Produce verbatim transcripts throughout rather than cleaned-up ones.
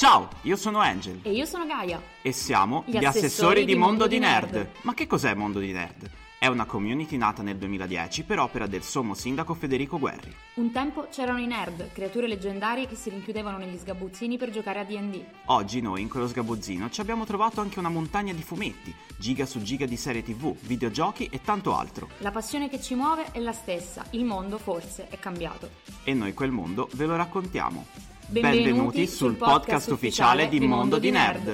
Ciao, io sono Angel. E io sono Gaia. E siamo gli, gli assessori, assessori di Mondo di Nerd. Nerd. Ma che cos'è Mondo di Nerd? È una community nata nel duemiladieci per opera del sommo sindaco Federico Guerri. Un tempo c'erano i nerd, creature leggendarie che si rinchiudevano negli sgabuzzini per giocare a D and D. Oggi noi in quello sgabuzzino ci abbiamo trovato anche una montagna di fumetti, giga su giga di serie tv, videogiochi e tanto altro. La passione che ci muove è la stessa, il mondo forse è cambiato. E noi quel mondo ve lo raccontiamo. Benvenuti, Benvenuti sul podcast ufficiale di Mondo di Nerd.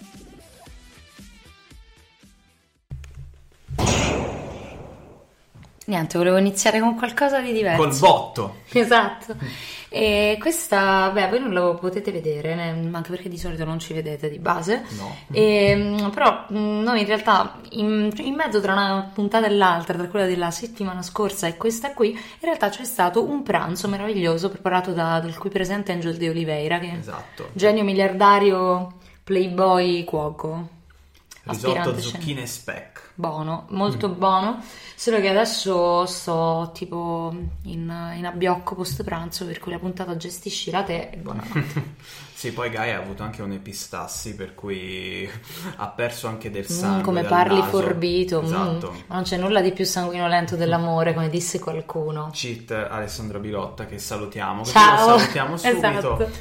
Niente, volevo iniziare con qualcosa di diverso. Col botto. Esatto. E questa, beh, voi non lo potete vedere, né, anche perché di solito non ci vedete di base. No. E, però noi in realtà, in, in mezzo tra una puntata e l'altra, tra quella della settimana scorsa e questa qui, in realtà c'è stato un pranzo meraviglioso preparato da, dal qui presente Angel De Oliveira, che Esatto. genio miliardario, playboy, cuoco. Risotto, aspirante zucchine e speck. Buono, molto mm. buono, solo che adesso sto tipo in, in abbiocco post pranzo, per cui la puntata gestiscila te e buonanotte. Sì, poi Gaia ha avuto anche un epistassi, per cui ha perso anche del sangue mm, come dal parli naso. forbito. Esatto. Mm. Ma non c'è nulla di più sanguinolento dell'amore, come disse qualcuno. Cheat Alessandra Bilotta, che salutiamo. Ciao. Lo salutiamo subito. Esatto.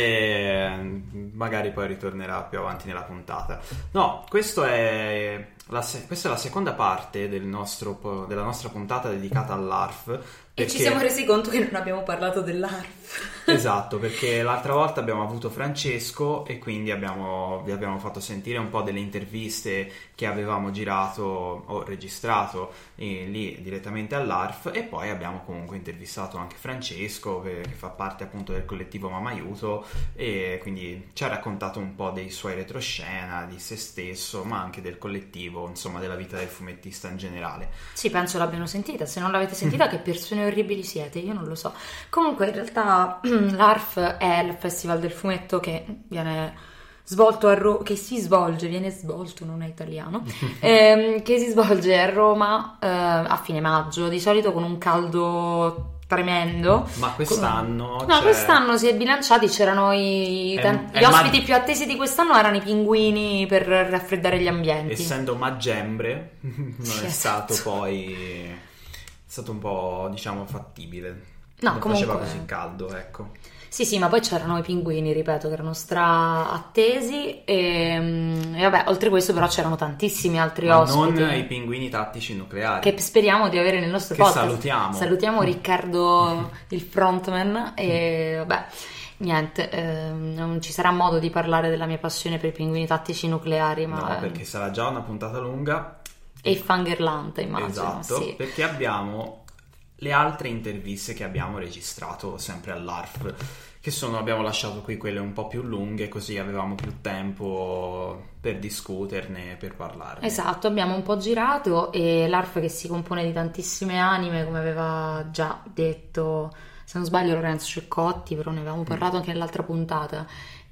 E magari poi ritornerà più avanti nella puntata. No, questo è la se- questa è la seconda parte del nostro, della nostra puntata dedicata all'A R F. E ci siamo resi conto che non abbiamo parlato dell'A R F. Esatto, perché l'altra volta abbiamo avuto Francesco e quindi abbiamo, vi abbiamo fatto sentire un po' delle interviste che avevamo girato o registrato eh, lì direttamente all'A R F, e poi abbiamo comunque intervistato anche Francesco, che, che fa parte appunto del collettivo Mamaiuto, e quindi ci ha raccontato un po' dei suoi retroscena, di se stesso, ma anche del collettivo, insomma della vita del fumettista in generale. Sì, penso l'abbiano sentita. Se non l'avete sentita, che persone orribili siete, io non lo so. Comunque in realtà l'A R F è il festival del fumetto che viene svolto a Roma, che si svolge, viene svolto, non è italiano, ehm, che si svolge a Roma eh, a fine maggio, di solito con un caldo tremendo. Ma quest'anno no, cioè... quest'anno si è bilanciati, c'erano i è, tan- è gli ospiti mag- più attesi di quest'anno erano i pinguini per raffreddare gli ambienti. Essendo maggembre non sì, è esatto. stato poi è stato un po', diciamo, fattibile. No, non comunque... faceva così caldo, ecco. Sì, sì, ma poi c'erano i pinguini, ripeto, che erano stra attesi e, e vabbè, oltre questo però c'erano tantissimi altri ma ospiti. non i pinguini tattici nucleari. Che speriamo di avere nel nostro che podcast. salutiamo. Salutiamo Riccardo, il frontman, e vabbè, niente, ehm, non ci sarà modo di parlare della mia passione per i pinguini tattici nucleari, ma... No, perché sarà già una puntata lunga. E fangherlante, immagino. Esatto, sì. Perché abbiamo le altre interviste che abbiamo registrato sempre all'A R F, che sono, abbiamo lasciato qui quelle un po' più lunghe, così avevamo più tempo per discuterne, per parlarne. Esatto, abbiamo un po' girato, e l'A R F, che si compone di tantissime anime, come aveva già detto, se non sbaglio, Lorenzo Ceccotti, però ne avevamo parlato anche nell'altra puntata.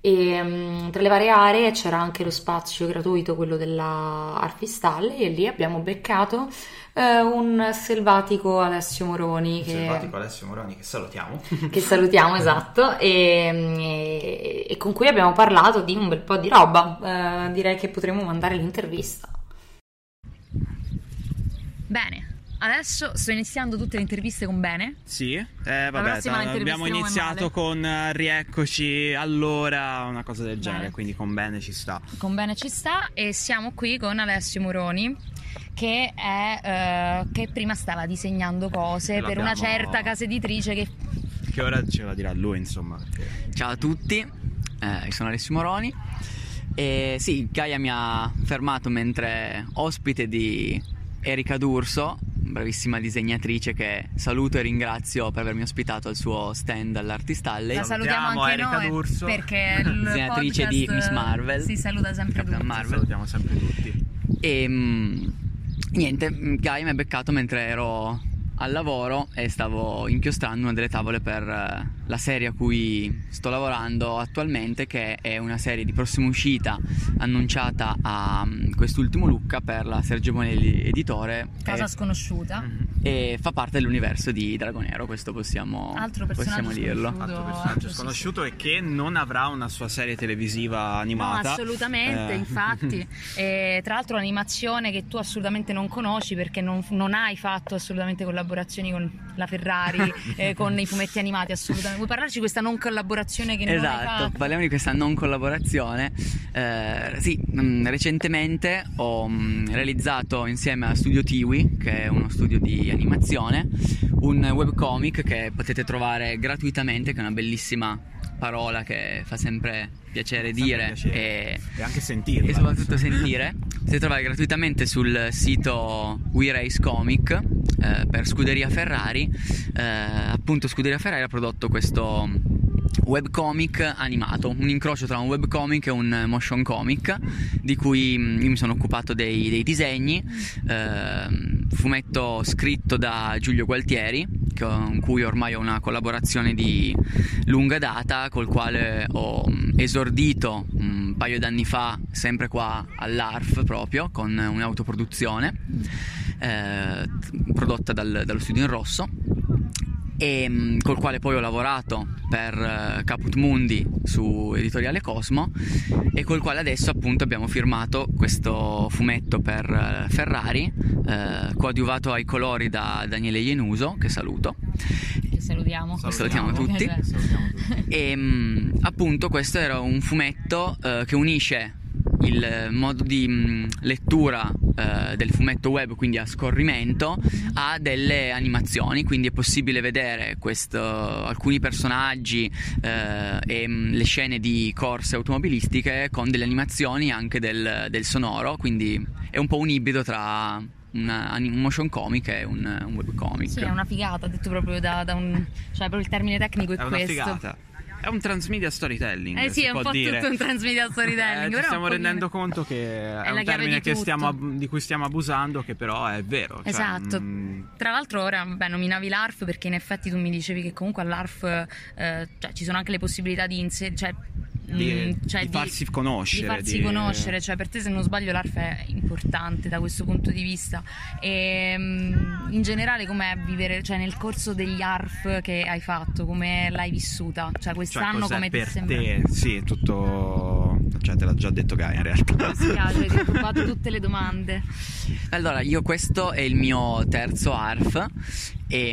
E um, tra le varie aree c'era anche lo spazio gratuito, quello della Arfistalle, e lì abbiamo beccato eh, un selvatico Alessio Moroni, che, selvatico Alessio Moroni che salutiamo che salutiamo, esatto, e, e, e con cui abbiamo parlato di un bel po' di roba. Eh, direi che potremmo mandare l'intervista. Bene, adesso sto iniziando tutte le interviste con Bene. Sì, eh, vabbè, t- abbiamo iniziato con uh, rieccoci allora, una cosa del genere, Bene. Quindi con Bene ci sta. Con Bene ci sta, e siamo qui con Alessio Moroni, che è uh, che prima stava disegnando cose per L'abbiamo... una certa casa editrice che... Che ora ce la dirà lui, insomma. Perché... Ciao a tutti, eh, io sono Alessio Moroni, e sì, Gaia mi ha fermato mentre ospite di Erika D'Urso, bravissima disegnatrice, che saluto e ringrazio per avermi ospitato al suo stand all'Artistalle. La salutiamo anche Erika noi, D'Urso, perché il disegnatrice podcast di Miss Marvel, si saluta sempre Capitan tutti. Marvel. Salutiamo sempre tutti. E mh, niente, Gaia mi ha beccato mentre ero al lavoro e stavo inchiostrando una delle tavole per la serie a cui sto lavorando attualmente, che è una serie di prossima uscita annunciata a quest'ultimo Lucca per la Sergio Bonelli editore. Cosa e, sconosciuta. E fa parte dell'universo di Dragonero, questo possiamo, Altro possiamo dirlo. Altro personaggio sconosciuto e che non avrà una sua serie televisiva animata. No, assolutamente, eh. infatti. E, tra l'altro un'animazione che tu assolutamente non conosci, perché non, non hai fatto assolutamente collaborazioni con la Ferrari, eh, con i fumetti animati, assolutamente. Vuoi parlarci di questa non collaborazione che non hai fatto? Esatto, parliamo di questa non collaborazione. Eh, sì, mh, recentemente ho mh, realizzato insieme a Studio Tiwi, che è uno studio di animazione, un webcomic che potete trovare gratuitamente, che è una bellissima parola che fa sempre piacere sempre dire piacere. E, e anche sentirla, e soprattutto sentire. Potete trovare gratuitamente sul sito We Race Comic eh, per Scuderia Ferrari. Eh, appunto Scuderia Ferrari ha prodotto questo webcomic animato, un incrocio tra un webcomic e un motion comic, di cui io mi sono occupato dei, dei disegni. Eh, fumetto scritto da Giulio Gualtieri, con cui ormai ho una collaborazione di lunga data, col quale ho esordito un paio d'anni fa, sempre qua all'A R F proprio, con un'autoproduzione eh, prodotta dal, dallo studio in rosso, e col quale poi ho lavorato per uh, Caput Mundi su Editoriale Cosmo, e col quale adesso appunto abbiamo firmato questo fumetto per uh, Ferrari, uh, coadiuvato ai colori da Daniele Ienuso, che saluto. Che salutiamo. Salutiamo, salutiamo tutti. Salutiamo tutti. E um, appunto questo era un fumetto uh, che unisce il modo di mh, lettura eh, del fumetto web, quindi a scorrimento, a delle animazioni, quindi è possibile vedere questo, alcuni personaggi eh, e mh, le scene di corse automobilistiche con delle animazioni anche del, del sonoro, quindi è un po' un ibrido tra una, un motion comic e un, un webcomic. Sì, è una figata, detto proprio da, da un... cioè proprio il termine tecnico è, è questo. È una figata. È un transmedia storytelling. Eh sì, si è un può po' dire. tutto un transmedia storytelling. Eh, ci però stiamo un rendendo pochino... conto che è, è un termine che di, stiamo, di cui stiamo abusando, che però è vero. Esatto. Cioè, mh... Tra l'altro ora beh, nominavi l'A R F, perché in effetti tu mi dicevi che comunque all'A R F eh, cioè, ci sono anche le possibilità di inserire... Cioè, Di, cioè di farsi di, conoscere di farsi di... conoscere, cioè per te, se non sbaglio, l'A R F è importante da questo punto di vista. E in generale com'è vivere, cioè nel corso degli A R F che hai fatto, come l'hai vissuta? Cioè quest'anno cioè, come per ti sembra? te? Sì, tutto, cioè te l'ha già detto Gaia in realtà. Mi spiace, ti ho rubato tutte le domande. Allora, io questo è il mio terzo A R F e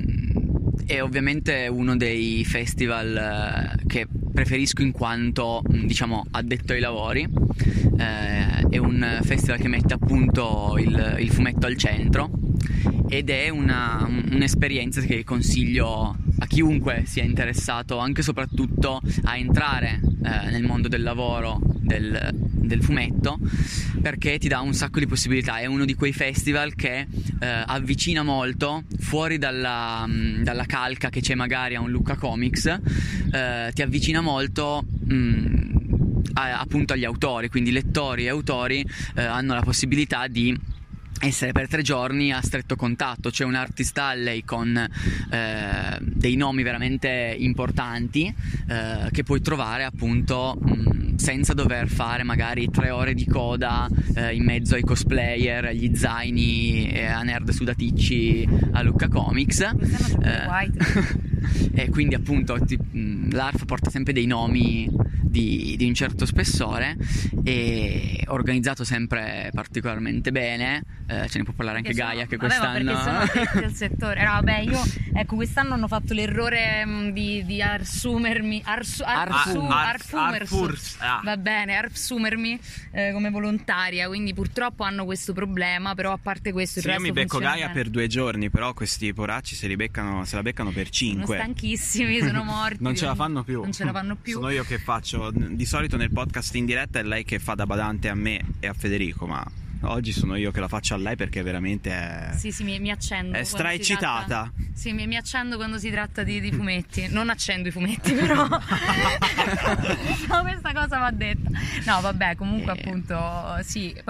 è ovviamente uno dei festival che preferisco in quanto, diciamo, addetto ai lavori. Eh, è un festival che mette appunto il, il fumetto al centro, ed è una, un'esperienza che consiglio a chiunque sia interessato anche e soprattutto a entrare eh, nel mondo del lavoro del, del fumetto, perché ti dà un sacco di possibilità. È uno di quei festival che eh, avvicina molto fuori dalla, dalla calca che c'è magari a un Lucca Comics, eh, ti avvicina molto mh, a, appunto agli autori, quindi lettori e autori eh, hanno la possibilità di essere per tre giorni a stretto contatto. C'è un artist alley con eh, dei nomi veramente importanti eh, che puoi trovare appunto mh, senza dover fare magari tre ore di coda eh, in mezzo ai cosplayer, agli zaini e a nerd sudaticci a Lucca Comics. Eh, e quindi appunto ti, mh, l'A R F porta sempre dei nomi di, di un certo spessore, e organizzato sempre particolarmente bene. Eh, ce ne può parlare anche sono, Gaia, che vabbè, quest'anno perché sono addetti al settore. No, vabbè, io ecco, quest'anno hanno fatto l'errore mh, di, di arsumermi arsu, arsu, Arfu, arfumersu, Arfurs, ah. va bene, arsumermi eh, come volontaria, quindi purtroppo hanno questo problema. Però a parte questo, sì, il io resto mi becco funziona Gaia bene. per due giorni, però questi poracci se, li beccano, se la beccano per cinque. Sono stanchissimi, sono morti. Non ce la fanno più. Non ce la fanno più. Sono io che faccio, di solito nel podcast in diretta è lei che fa da badante a me e a Federico, ma oggi sono io che la faccio a lei perché veramente è... Sì, sì, mi, mi accendo. È straeccitata. Tratta... Sì, mi, mi accendo quando si tratta di, di fumetti. Non accendo i fumetti, però. No, questa cosa va detta. No, vabbè, comunque eh. appunto, sì. Poi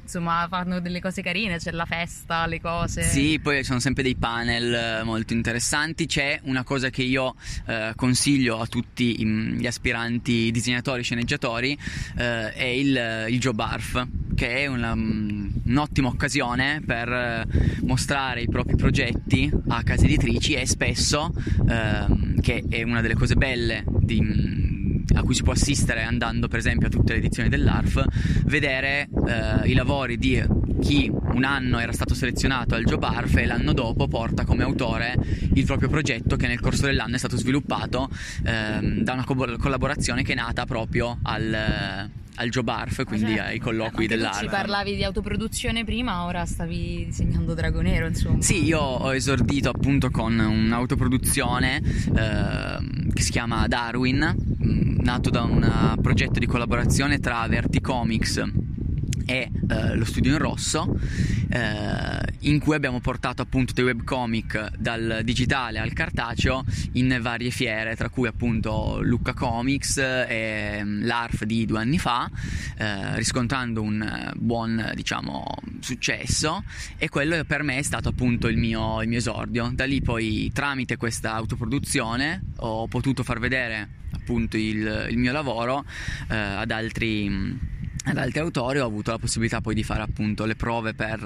insomma fanno delle cose carine, c'è la festa, le cose. Sì, poi ci sono sempre dei panel molto interessanti. C'è una cosa che io eh, consiglio a tutti gli aspiranti disegnatori, sceneggiatori, eh, è il, il Job Arf, che è una, un'ottima occasione per mostrare i propri progetti a case editrici, e spesso, eh, che è una delle cose belle di a cui si può assistere andando per esempio a tutte le edizioni dell'A R F, vedere eh, i lavori di chi un anno era stato selezionato al Job A R F e l'anno dopo porta come autore il proprio progetto che nel corso dell'anno è stato sviluppato ehm, da una co- collaborazione che è nata proprio al, al Job A R F, quindi certo, ai colloqui dell'A R F. Ci parlavi di autoproduzione prima, ora stavi disegnando Dragonero, insomma. Sì, io ho esordito appunto con un'autoproduzione eh, che si chiama Darwin, nato da un progetto di collaborazione tra Verticomics e eh, lo Studio in Rosso, eh, in cui abbiamo portato appunto dei webcomic dal digitale al cartaceo in varie fiere, tra cui appunto Lucca Comics e l'A R F di due anni fa, eh, riscontrando un buon, diciamo, successo, e quello per me è stato appunto il mio, il mio esordio. Da lì poi, tramite questa autoproduzione, ho potuto far vedere appunto il, il mio lavoro eh, ad altri ad altri autori. Ho avuto la possibilità poi di fare appunto le prove per,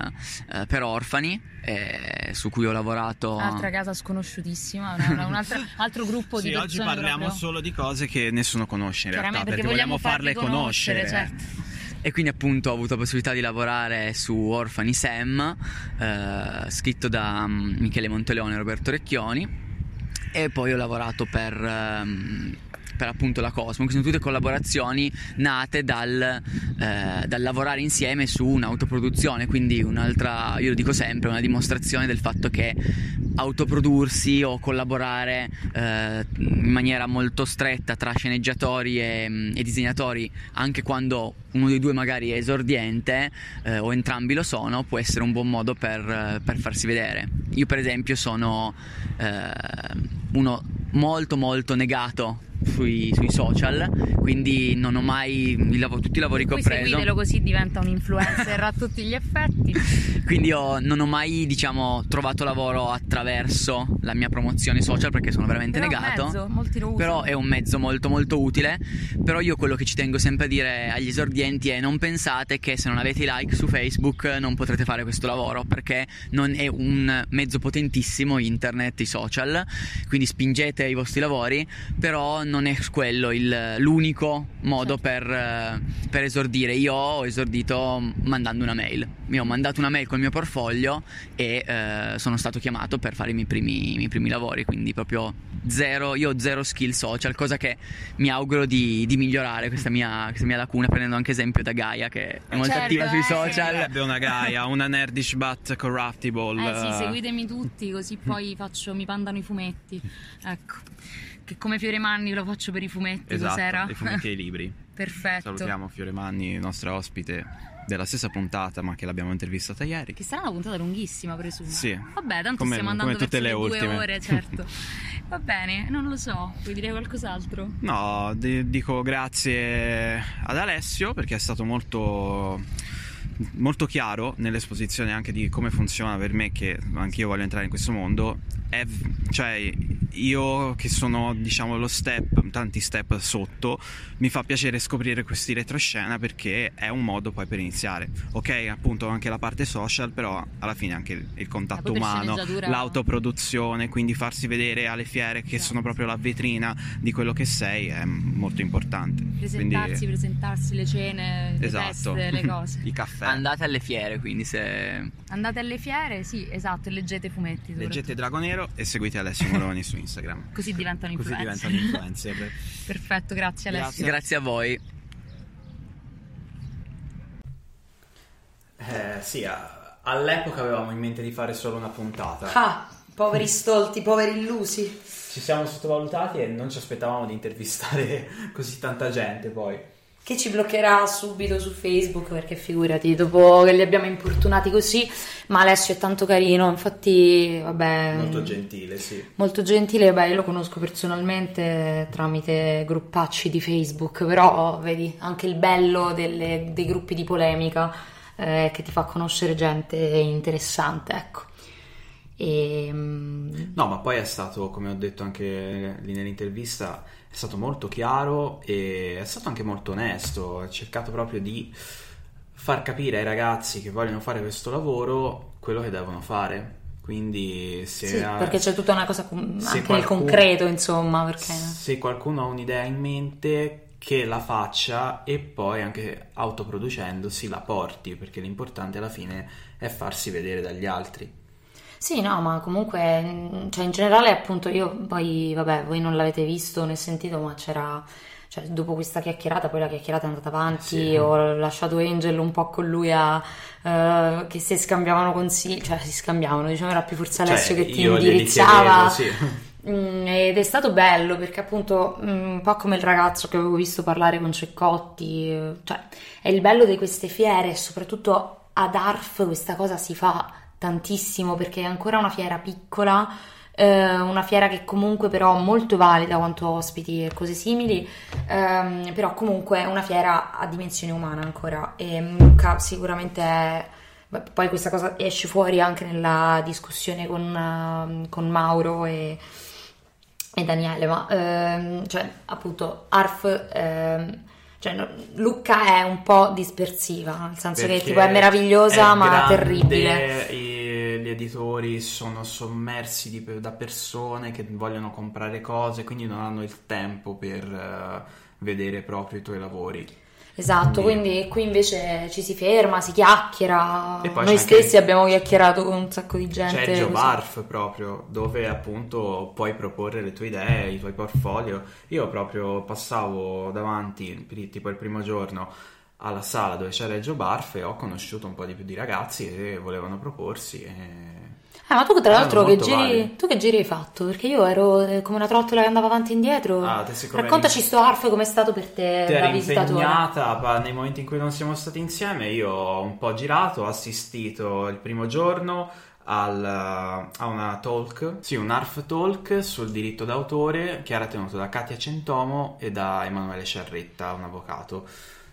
eh, per Orfani, eh, su cui ho lavorato. Altra casa sconosciutissima, una, un altro, altro gruppo sì, di persone. Oggi parliamo proprio solo di cose che nessuno conosce in realtà, perché, perché vogliamo farle conoscere, conoscere certo. E quindi appunto ho avuto la possibilità di lavorare su Orfani Sam, eh, scritto da um, Michele Monteleone e Roberto Recchioni, e poi ho lavorato per... Um, per appunto la Cosmo, che sono tutte collaborazioni nate dal, eh, dal lavorare insieme su un'autoproduzione, quindi un'altra, io lo dico sempre, una dimostrazione del fatto che autoprodursi o collaborare eh, in maniera molto stretta tra sceneggiatori e, e disegnatori, anche quando uno dei due magari è esordiente eh, o entrambi lo sono, può essere un buon modo per, per farsi vedere. Io per esempio sono eh, uno molto molto negato Sui, sui social, quindi non ho mai il lav- tutti i lavori che ho preso. Seguitelo, così diventa un influencer a tutti gli effetti. Quindi ho, non ho mai, diciamo, trovato lavoro attraverso la mia promozione social, perché sono veramente però negato. Mezzo, molti lo usano. Però è un mezzo molto molto utile. Però io quello che ci tengo sempre a dire agli esordienti è: non pensate che se non avete i like su Facebook non potrete fare questo lavoro, perché non è un mezzo potentissimo internet, i social, quindi spingete i vostri lavori, però non è quello il, l'unico modo per, per esordire. Io ho esordito mandando una mail. Io ho mandato una mail col mio portfolio e eh, sono stato chiamato per fare i miei primi, i miei primi lavori, quindi proprio zero, io ho zero skill social, cosa che mi auguro di, di migliorare, questa mia, questa mia lacuna, prendendo anche esempio da Gaia, che è molto certo, attiva sui eh, social. Sarebbe una Gaia, una nerdish but corruptible. Eh sì, seguitemi tutti, così poi faccio, mi mandano i fumetti, ecco, che come Fioremanni lo faccio per i fumetti, esatto, cos'era? i fumetti e i libri. Perfetto. Salutiamo Fioremanni, nostra ospite della stessa puntata, ma che l'abbiamo intervistata ieri. Che sarà una puntata lunghissima, presumo. Sì. Vabbè, tanto come, stiamo andando come tutte verso le, le ultime. due ore, certo. Va bene, non lo so, vuoi dire qualcos'altro? No, d- dico grazie ad Alessio, perché è stato molto molto chiaro nell'esposizione anche di come funziona per me, che anch'io voglio entrare in questo mondo. È, cioè, io che sono, diciamo, lo step, tanti step sotto, mi fa piacere scoprire questi retroscena, perché è un modo poi per iniziare. Ok, appunto anche la parte social, però alla fine anche il contatto umano, l'autoproduzione, quindi farsi vedere alle fiere, che sono proprio la vetrina di quello che sei, è molto importante. Presentarsi, quindi... presentarsi, le cene, le esatto. feste, le cose. I caffè. Andate alle fiere, quindi se... Andate alle fiere, sì, esatto, e leggete fumetti. Leggete Dragonero e seguite Alessio Moroni su Instagram. Così diventano Così influencer. diventano influencer. Perfetto, grazie Alessio. Grazie. Grazie a voi. Eh, sì, all'epoca avevamo in mente di fare solo una puntata. Ah, poveri stolti, poveri illusi. Ci siamo sottovalutati e non ci aspettavamo di intervistare così tanta gente poi. Che ci bloccherà subito su Facebook, perché figurati, dopo che li abbiamo importunati così. Ma Alessio è tanto carino, infatti, vabbè, Molto gentile, sì. molto gentile. Beh, io lo conosco personalmente tramite gruppacci di Facebook, però vedi anche il bello delle, dei gruppi di polemica. eh, che ti fa conoscere gente interessante, ecco. E, no, ma poi è stato, come ho detto anche lì nell'intervista, è stato molto chiaro e è stato anche molto onesto, ha cercato proprio di far capire ai ragazzi che vogliono fare questo lavoro quello che devono fare. Quindi se sì, ha, perché c'è tutta una cosa com- anche qualcuno, nel concreto, insomma, perché se qualcuno ha un'idea in mente, che la faccia e poi anche autoproducendosi la porti, perché l'importante alla fine è farsi vedere dagli altri. Sì, no, ma comunque, cioè in generale appunto io poi, vabbè, voi non l'avete visto né sentito, ma c'era, cioè dopo questa chiacchierata, poi la chiacchierata è andata avanti, sì. Ho lasciato Angel un po' con lui a, uh, che si scambiavano consigli, cioè si scambiavano, diciamo era più forse Alessio cioè, che ti io indirizzava. Chiedevo, sì. Mm, ed è stato bello perché appunto mm, un po' come il ragazzo che avevo visto parlare con Ceccotti, eh, cioè è il bello di queste fiere e soprattutto ad A R F questa cosa si fa tantissimo perché è ancora una fiera piccola, eh, una fiera che comunque però molto valida quanto ospiti e cose simili, ehm, però comunque è una fiera a dimensione umana ancora e Lucca sicuramente è, poi questa cosa esce fuori anche nella discussione con, uh, con Mauro e, e Daniele, ma ehm, cioè appunto A R F ehm, cioè no, Lucca è un po' dispersiva, nel senso Perché che tipo è meravigliosa è ma grande, terribile. E gli editori sono sommersi di, da persone che vogliono comprare cose, quindi non hanno il tempo per uh, vedere proprio i tuoi lavori. Esatto, quindi, quindi qui invece ci si ferma, si chiacchiera. E poi noi stessi anche, abbiamo chiacchierato con un sacco di gente. C'è il Job A R F proprio, dove appunto puoi proporre le tue idee, i tuoi portfolio. Io proprio passavo davanti, tipo il primo giorno, alla sala dove c'era il Job A R F e ho conosciuto un po' di più di ragazzi che volevano proporsi e... Ah, ma tu tra l'altro che giri, validi. tu che giri hai fatto? Perché io ero eh, come una trottola che andava avanti e indietro. Ah, te Raccontaci sto A R F com'è stato per te Te da eri visitatore. impegnata nei momenti in cui non siamo stati insieme. Io ho un po' girato, ho assistito il primo giorno al, a una talk, sì, un A R F talk sul diritto d'autore che era tenuto da Katia Centomo e da Emanuele Sciarretta, un avvocato.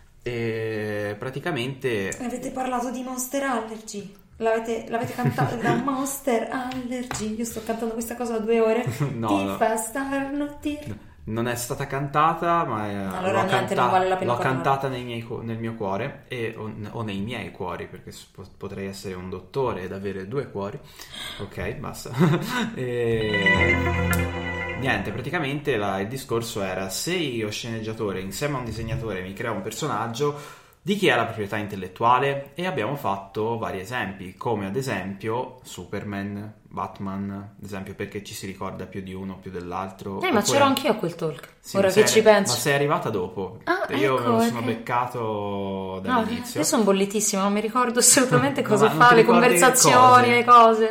E praticamente avete parlato di Monster Allergy. L'avete, l'avete cantato da Monster Allergy. Io sto cantando questa cosa da due ore. no, Ti no. fa star notir. No, non è stata cantata, ma è, allora l'ho, niente, canta- non vale la pena l'ho parlare. cantata nei miei, nel mio cuore e, o, o nei miei cuori, perché potrei essere un dottore ed avere due cuori. Ok, basta. e... Niente, praticamente la, il discorso era: se io sceneggiatore insieme a un disegnatore mi creo un personaggio, di chi è la proprietà intellettuale? E abbiamo fatto vari esempi, come ad esempio Superman, Batman, ad esempio perché ci si ricorda più di uno più dell'altro. Eh, ma Oppure... c'ero anch'io a quel talk, Sì, ora ma che sei- ci penso. Ma sei arrivata dopo. Ah, Io ecco, me lo sono ok. beccato No, dall'inizio. io sono bollitissima, non mi ricordo assolutamente No, cosa ma non fa, ti le ricordi che conversazioni, cose? le cose.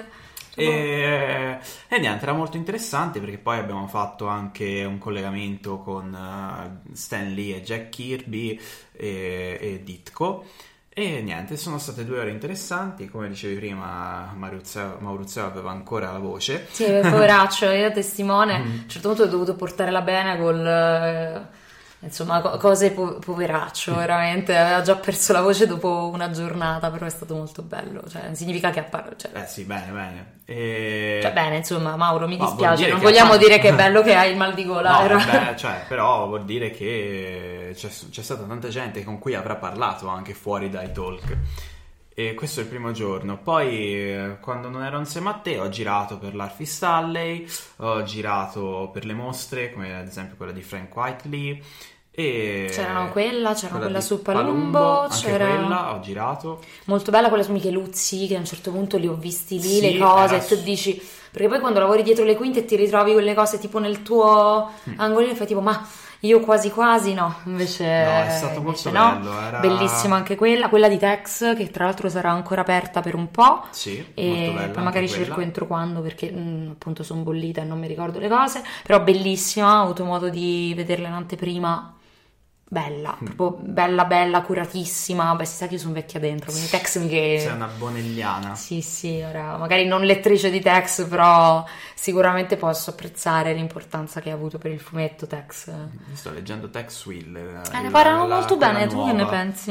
E, e niente, era molto interessante perché poi abbiamo fatto anche un collegamento con uh, Stan Lee e Jack Kirby e, e Ditko. E niente, sono state due ore interessanti. Come dicevi prima, Maurizio, Maurizio aveva ancora la voce. Sì, poveraccio, io testimone. Mm. A un certo punto ho dovuto portare la bene col... eh, insomma, co- cose po- poveraccio, veramente. Aveva già perso la voce dopo una giornata, però è stato molto bello. Cioè, significa che ha parlato... Cioè, Eh sì, bene, bene. E... cioè, bene, insomma, Mauro, mi Ma vuol dispiace, dire non che vogliamo ha- dire che è bello che hai il mal di gola. No, era- vabbè, cioè, però vuol dire che c'è, c'è stata tanta gente con cui avrà parlato anche fuori dai talk. E questo è il primo giorno. Poi, eh, quando non ero insieme a te, ho girato per l'Arfi Stanley, ho girato per le mostre, come ad esempio quella di Frank Whiteley. E C'erano quella, c'era quella di su Palumbo, anche c'era- quella ho girato. Molto bella quella su Micheluzzi, che a un certo punto li ho visti lì, Sì, le cose, era e tu su- dici... Perché poi quando lavori dietro le quinte e ti ritrovi quelle cose tipo nel tuo Mm. angolino e fai tipo, ma io quasi quasi no, invece No, è stato invece molto no. bello, era- Bellissima anche quella, quella di Tex, che tra l'altro sarà ancora aperta per un po'. Sì, E molto bella poi anche magari quella. cerco entro quando, perché mh, appunto sono bollita e non mi ricordo le cose, però bellissima, ho avuto modo di vederla in anteprima. Bella, Mm. proprio bella, bella, curatissima. Beh, si sa che io sono vecchia dentro, quindi Tex mi che... Sei una bonelliana. Sì, sì, ora magari non lettrice di Tex, però sicuramente posso apprezzare l'importanza che ha avuto per il fumetto Tex. Io sto leggendo Tex Will. Eh, ne parlano molto bene, tu che ne pensi?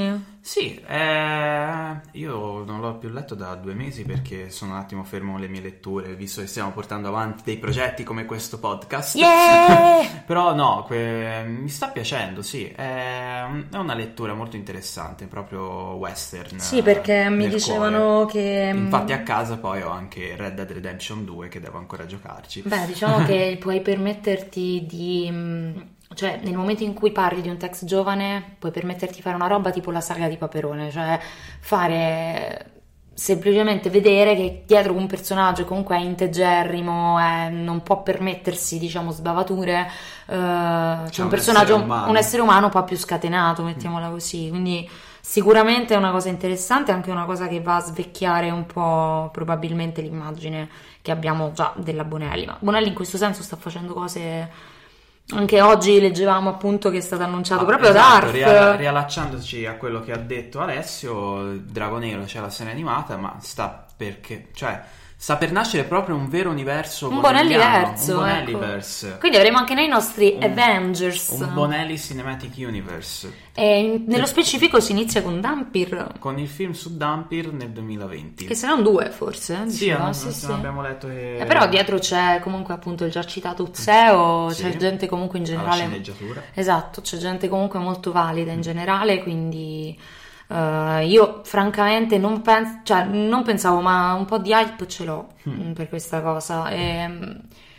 Sì, eh, io non l'ho più letto da due mesi perché sono un attimo fermo con le mie letture, visto che stiamo portando avanti dei progetti come questo podcast. Yeah! Però no, que- mi sta piacendo, sì, è, è una lettura molto interessante, proprio western. Sì, perché mi nel dicevano cuore. che... Infatti a casa poi ho anche Red Dead Redemption due che devo ancora giocarci. Beh, diciamo che puoi permetterti di... Cioè, nel momento in cui parli di un text giovane, puoi permetterti di fare una roba tipo la saga di Paperone, cioè fare semplicemente vedere che dietro un personaggio comunque è integerrimo, è, non può permettersi, diciamo, sbavature, eh, c'è C'è un un personaggio, essere umano. un essere umano un po' più scatenato, mettiamola così, quindi sicuramente è una cosa interessante, anche una cosa che va a svecchiare un po' probabilmente l'immagine che abbiamo già della Bonelli, ma Bonelli in questo senso sta facendo cose... Anche oggi leggevamo appunto che è stato annunciato Ah, proprio esatto, da ria- Arf. riallacciandoci a quello che ha detto Alessio, Drago Nero c'è la serie animata, ma sta perché, cioè, sta per nascere proprio un vero universo Un bonelliano, Bonelliverso, un ecco. Bonelliverse. Quindi avremo anche noi i nostri Un- Avengers. Un Bonelli Cinematic Universe, E in- nello specifico si inizia con Dampir, con il film su Dampir nel duemilaventi. che saranno due forse. Sì, diceva, non, sì, non sì. abbiamo letto che... Eh, però dietro c'è comunque appunto il già citato Uzeo, Sì, c'è gente comunque in alla generale... sceneggiatura. Esatto, c'è gente comunque molto valida in generale, quindi eh, io francamente non, pens- cioè, non pensavo, ma un po' di hype ce l'ho Mm. mm, per questa cosa. E,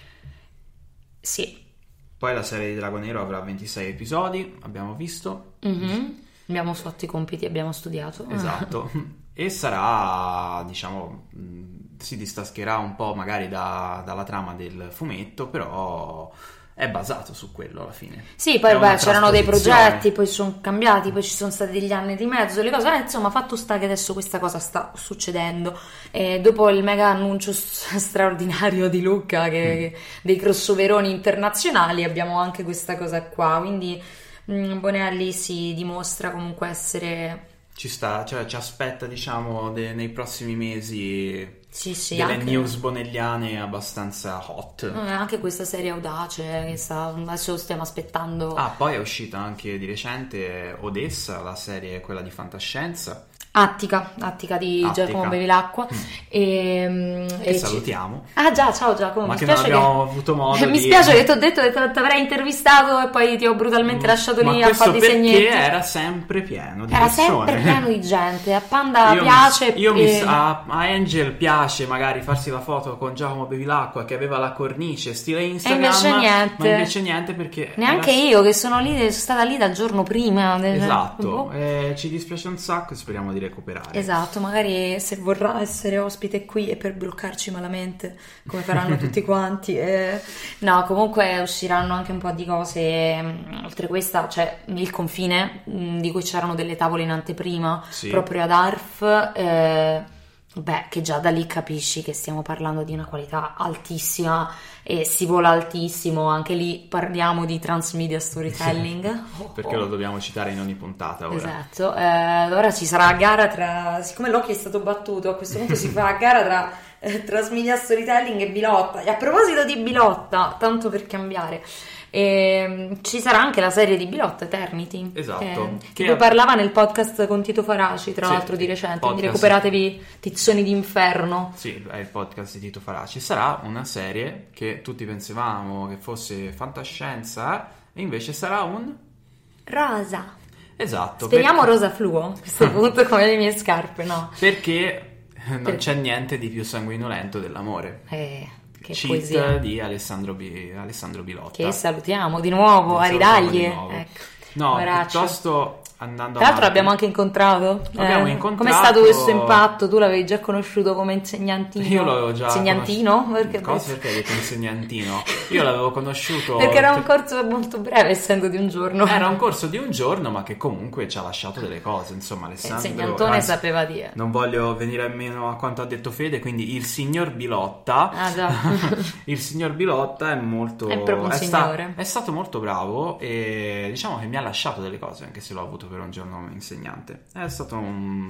sì. Poi la serie di Drago Nero avrà ventisei episodi, abbiamo visto. Mhm. Abbiamo fatto i compiti, abbiamo studiato. Esatto. E sarà, diciamo, mh, si distascherà un po' magari da- dalla trama del fumetto, però è basato su quello alla fine. Sì, poi È una beh, c'erano dei trasposizione. progetti, poi sono cambiati, poi ci sono stati degli anni di mezzo, le cose, eh, insomma, fatto sta che adesso questa cosa sta succedendo. E dopo il mega annuncio s- straordinario di Luca, che, dei crossoveroni internazionali, abbiamo anche questa cosa qua, quindi mh, Bonelli si dimostra comunque essere... Ci sta, cioè ci aspetta, diciamo, de- nei prossimi mesi Sì, sì, delle anche... news bonelliane abbastanza hot. eh, anche questa serie audace che sta, adesso stiamo aspettando. Ah, poi è uscita anche di recente Odessa, la serie quella di fantascienza, Attica, Attica di Attica. Giacomo Bevilacqua. E, che e ci- salutiamo. Ah già, ciao Giacomo, Ma mi che non spiace abbiamo che... avuto modo mi di... spiace che ti ho detto che ti avrei intervistato e poi ti ho brutalmente lasciato Ma lì a questo fare i perché segnetti. era sempre pieno di Era persone. sempre pieno di gente, a Panda Io mi- piace io mi- e- a, a Angel piace magari farsi la foto con Giacomo Bevilacqua che aveva la cornice stile Instagram, invece niente. ma invece niente perché neanche era- io che sono lì, sono stata lì dal giorno prima del- Esatto, boh. eh, ci dispiace un sacco e speriamo di recuperare. Esatto, magari se vorrà essere ospite qui e per bloccarci malamente, come faranno tutti quanti. eh. No, comunque usciranno anche un po' di cose. mh, Oltre questa, c'è Il Confine, mh, di cui c'erano delle tavole in anteprima, Sì. proprio ad Arf. eh, Beh, che già da lì capisci che stiamo parlando di una qualità altissima e si vola altissimo. Anche lì parliamo di transmedia storytelling. Perché lo dobbiamo citare in ogni puntata ora. Esatto, eh, ora ci sarà a gara tra, siccome l'occhio è stato battuto, a questo punto si fa a gara tra eh, Transmedia Storytelling e Bilotta. E a proposito di Bilotta, tanto per cambiare, ehm, ci sarà anche la serie di Bilotta, Eternity, Esatto. che- Che- di cui parlava nel podcast con Tito Faraci, tra Sì, l'altro di il recente, quindi podcast. recuperatevi Tizioni d'inferno. Sì, è il podcast di Tito Faraci. Sarà una serie che tutti pensavamo che fosse fantascienza e invece sarà un... Rosa. Esatto. Speriamo perché- rosa fluo, a questo punto come le mie scarpe, no? Perché non Perché? c'è niente di più sanguinolento dell'amore. Eh, che Cheat poesia. di Alessandro, Bi- Alessandro Bilotta. Che salutiamo di nuovo, a Salutiamo ridaglie. di nuovo. Ecco, No, poveraccio. piuttosto andando Tra l'altro avanti- l'abbiamo anche incontrato. L'abbiamo Eh, incontrato- Com'è stato questo impatto? Tu l'avevi già conosciuto come insegnantino? Io l'avevo già Insegnantino? conosciuto. Perché, Cosa perché hai detto insegnantino? Io l'avevo conosciuto perché era un corso molto breve, essendo di un giorno. Era un corso di un giorno, ma che comunque ci ha lasciato delle cose. Insomma, Alessandro. Insegnantone anzi, sapeva dire. Non voglio venire a meno a quanto ha detto Fede, quindi il signor Bilotta. Ah già. Il signor Bilotta è molto. È proprio un sta- signore. è stato molto bravo e diciamo che mi ha lasciato delle cose, anche se l'ho avuto per un giorno insegnante. È stato un,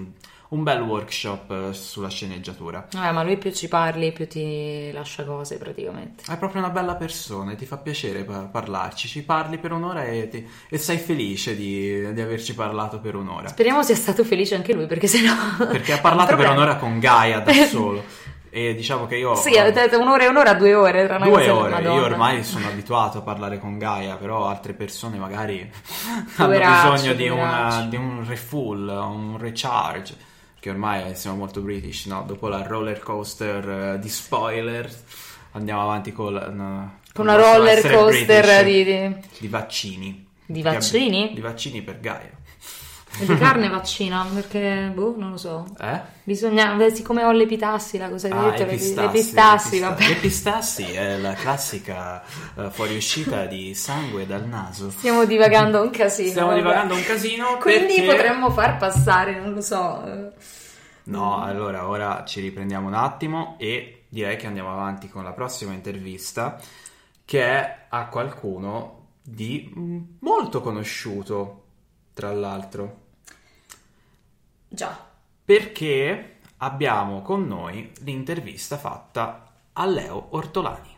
un bel workshop sulla sceneggiatura. Eh, ma lui più ci parli più ti lascia cose praticamente. È proprio una bella persona e ti fa piacere par- parlarci, ci parli per un'ora e, ti, e sei felice di, di averci parlato per un'ora. Speriamo sia stato felice anche lui, perché sennò perché ha parlato per un'ora con Gaia da solo. E diciamo che io sì, avete detto un'ora e un'ora, due ore tra una due cosa ore, Madonna. Io ormai sono abituato a parlare con Gaia, però altre persone magari hanno Poveracci, bisogno di, una, poveracci. di un refull, un recharge, che ormai siamo molto British, no? Dopo la roller coaster uh, di spoiler andiamo avanti con, no, con una roller essere coaster British, di, di... di vaccini Di Perché vaccini? abbi- di vaccini per Gaia. E di carne vaccina, perché boh, non lo so. Eh? Bisogna, beh, siccome ho l'epitassi, la cosa che hai Ah, detto, le- epistassi, le epistassi, epista- vabbè. L'epistassi è la classica uh, fuoriuscita di sangue dal naso. Stiamo divagando un casino. Stiamo vabbè. divagando un casino. Quindi perché... potremmo far passare, non lo so. eh. No, allora ora ci riprendiamo un attimo e direi che andiamo avanti con la prossima intervista, che è a qualcuno di mm, molto conosciuto, tra l'altro. Già. Perché abbiamo con noi l'intervista fatta a Leo Ortolani.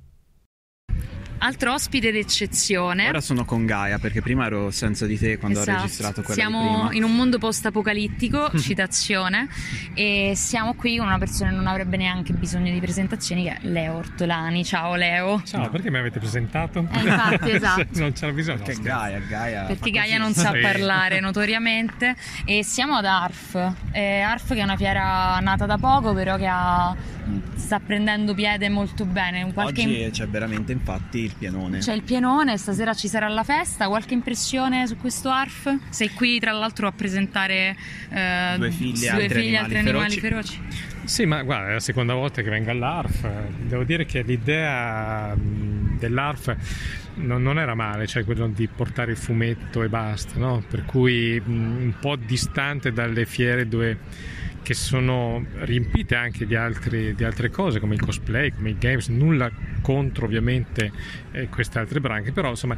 Altro ospite d'eccezione. Ora sono con Gaia perché prima ero senza di te quando Esatto. ho registrato quella Siamo di prima. in un mondo post-apocalittico, citazione, e siamo qui con una persona che non avrebbe neanche bisogno di presentazioni, che è Leo Ortolani. Ciao Leo. Ciao, perché mi avete presentato? Eh, infatti, esatto. Non c'era bisogno. Perché no, Gaia, Gaia Perché fa Gaia così. non sa Sì. parlare notoriamente. E siamo ad A R F. Eh, A R F che è una fiera nata da poco, però che ha, sta prendendo piede molto bene. Un qualche Oggi c'è veramente infatti il pienone. C'è il pienone, stasera ci sarà la festa. Qualche impressione su questo A R F? Sei qui tra l'altro a presentare eh, Due figli, due altri figli, altri animali feroci. feroci. Sì, ma guarda, è la seconda volta che vengo all'A R F. Devo dire che l'idea mh, dell'A R F non, non era male, cioè quello di portare il fumetto e basta, no? Per cui mh, un po' distante dalle fiere dove che sono riempite anche di, altri, di altre cose come il cosplay, come i games, nulla contro ovviamente eh, queste altre branche, però insomma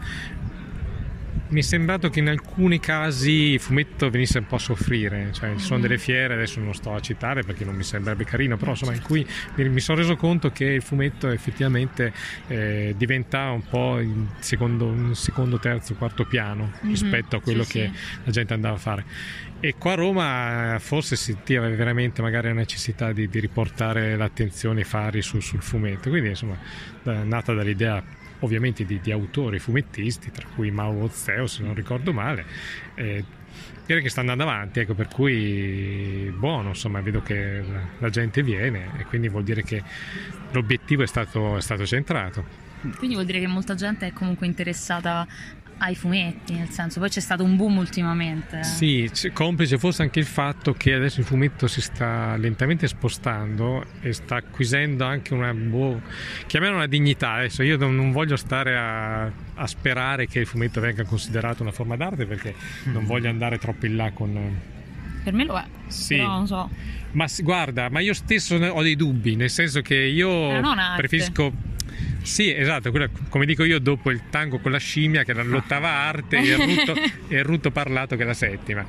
mi è sembrato che in alcuni casi il fumetto venisse un po' a soffrire, cioè ci sono delle fiere, adesso non sto a citare perché non mi sembrerebbe carino, però insomma in cui mi, mi sono reso conto che il fumetto effettivamente eh, diventa un po' in secondo, un secondo, terzo, quarto piano rispetto a quello sì, che sì. la gente andava a fare. E qua a Roma forse si sentiva veramente magari la necessità di, di riportare l'attenzione e i fari su, sul fumetto, quindi insomma è nata dall'idea ovviamente di, di autori fumettisti, tra cui Mauro Zeo se non ricordo male, eh, direi che sta andando avanti, ecco, per cui buono, insomma vedo che la, la gente viene e quindi vuol dire che l'obiettivo è stato, è stato centrato. Quindi vuol dire che molta gente è comunque interessata ai fumetti, nel senso, poi c'è stato un boom ultimamente. Sì, c'è- complice forse anche il fatto che adesso il fumetto si sta lentamente spostando e sta acquisendo anche una, boh, chiamiamola una dignità. Adesso io non, non voglio stare a, a sperare che il fumetto venga considerato una forma d'arte perché non voglio andare troppo in là con... Per me lo è, Sì. però non so. Ma s- guarda, ma io stesso ne- ho dei dubbi, nel senso che io Però non arte. preferisco... Sì, esatto, quella- come dico io dopo il tango con la scimmia che era l'ottava arte e il rutto, e il rutto parlato che è la settima.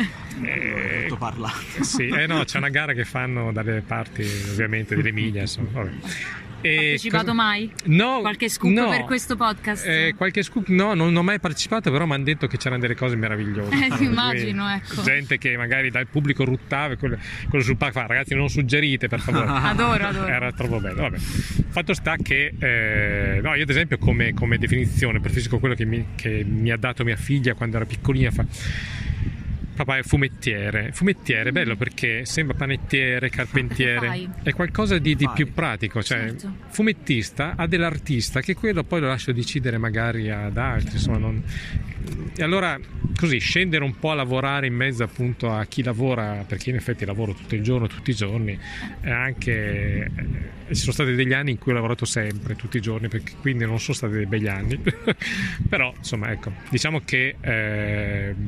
Eh, Tutto parlato. sì, eh no, c'è una gara che fanno dalle parti ovviamente dell'Emilia, insomma, vabbè. E Partecipato cosa- mai? No, Qualche scoop no. per questo podcast? Eh, qualche scoop no, non ho mai partecipato, però mi hanno detto che c'erano delle cose meravigliose. Eh, Per sì, cui immagino, ecco. Gente che magari dal pubblico ruttava e quello, quello sul palco fa, ragazzi non suggerite per favore. Adoro, adoro. Era troppo bello, vabbè. Fatto sta che eh, no, io ad esempio come, come definizione preferisco quello che mi, che mi ha dato mia figlia quando era piccolina, fa papà è fummettiere. Fummettiere è bello perché sembra panettiere, carpentiere, Fai. è qualcosa di, di Fai. più pratico, cioè Certo. fumettista ha dell'artista che quello poi lo lascio decidere magari ad altri, insomma non... E allora così scendere un po' a lavorare in mezzo appunto a chi lavora, perché in effetti lavoro tutto il giorno, tutti i giorni, e anche eh, ci sono stati degli anni in cui ho lavorato sempre, tutti i giorni, perché quindi non sono stati dei begli anni però insomma ecco, diciamo che eh,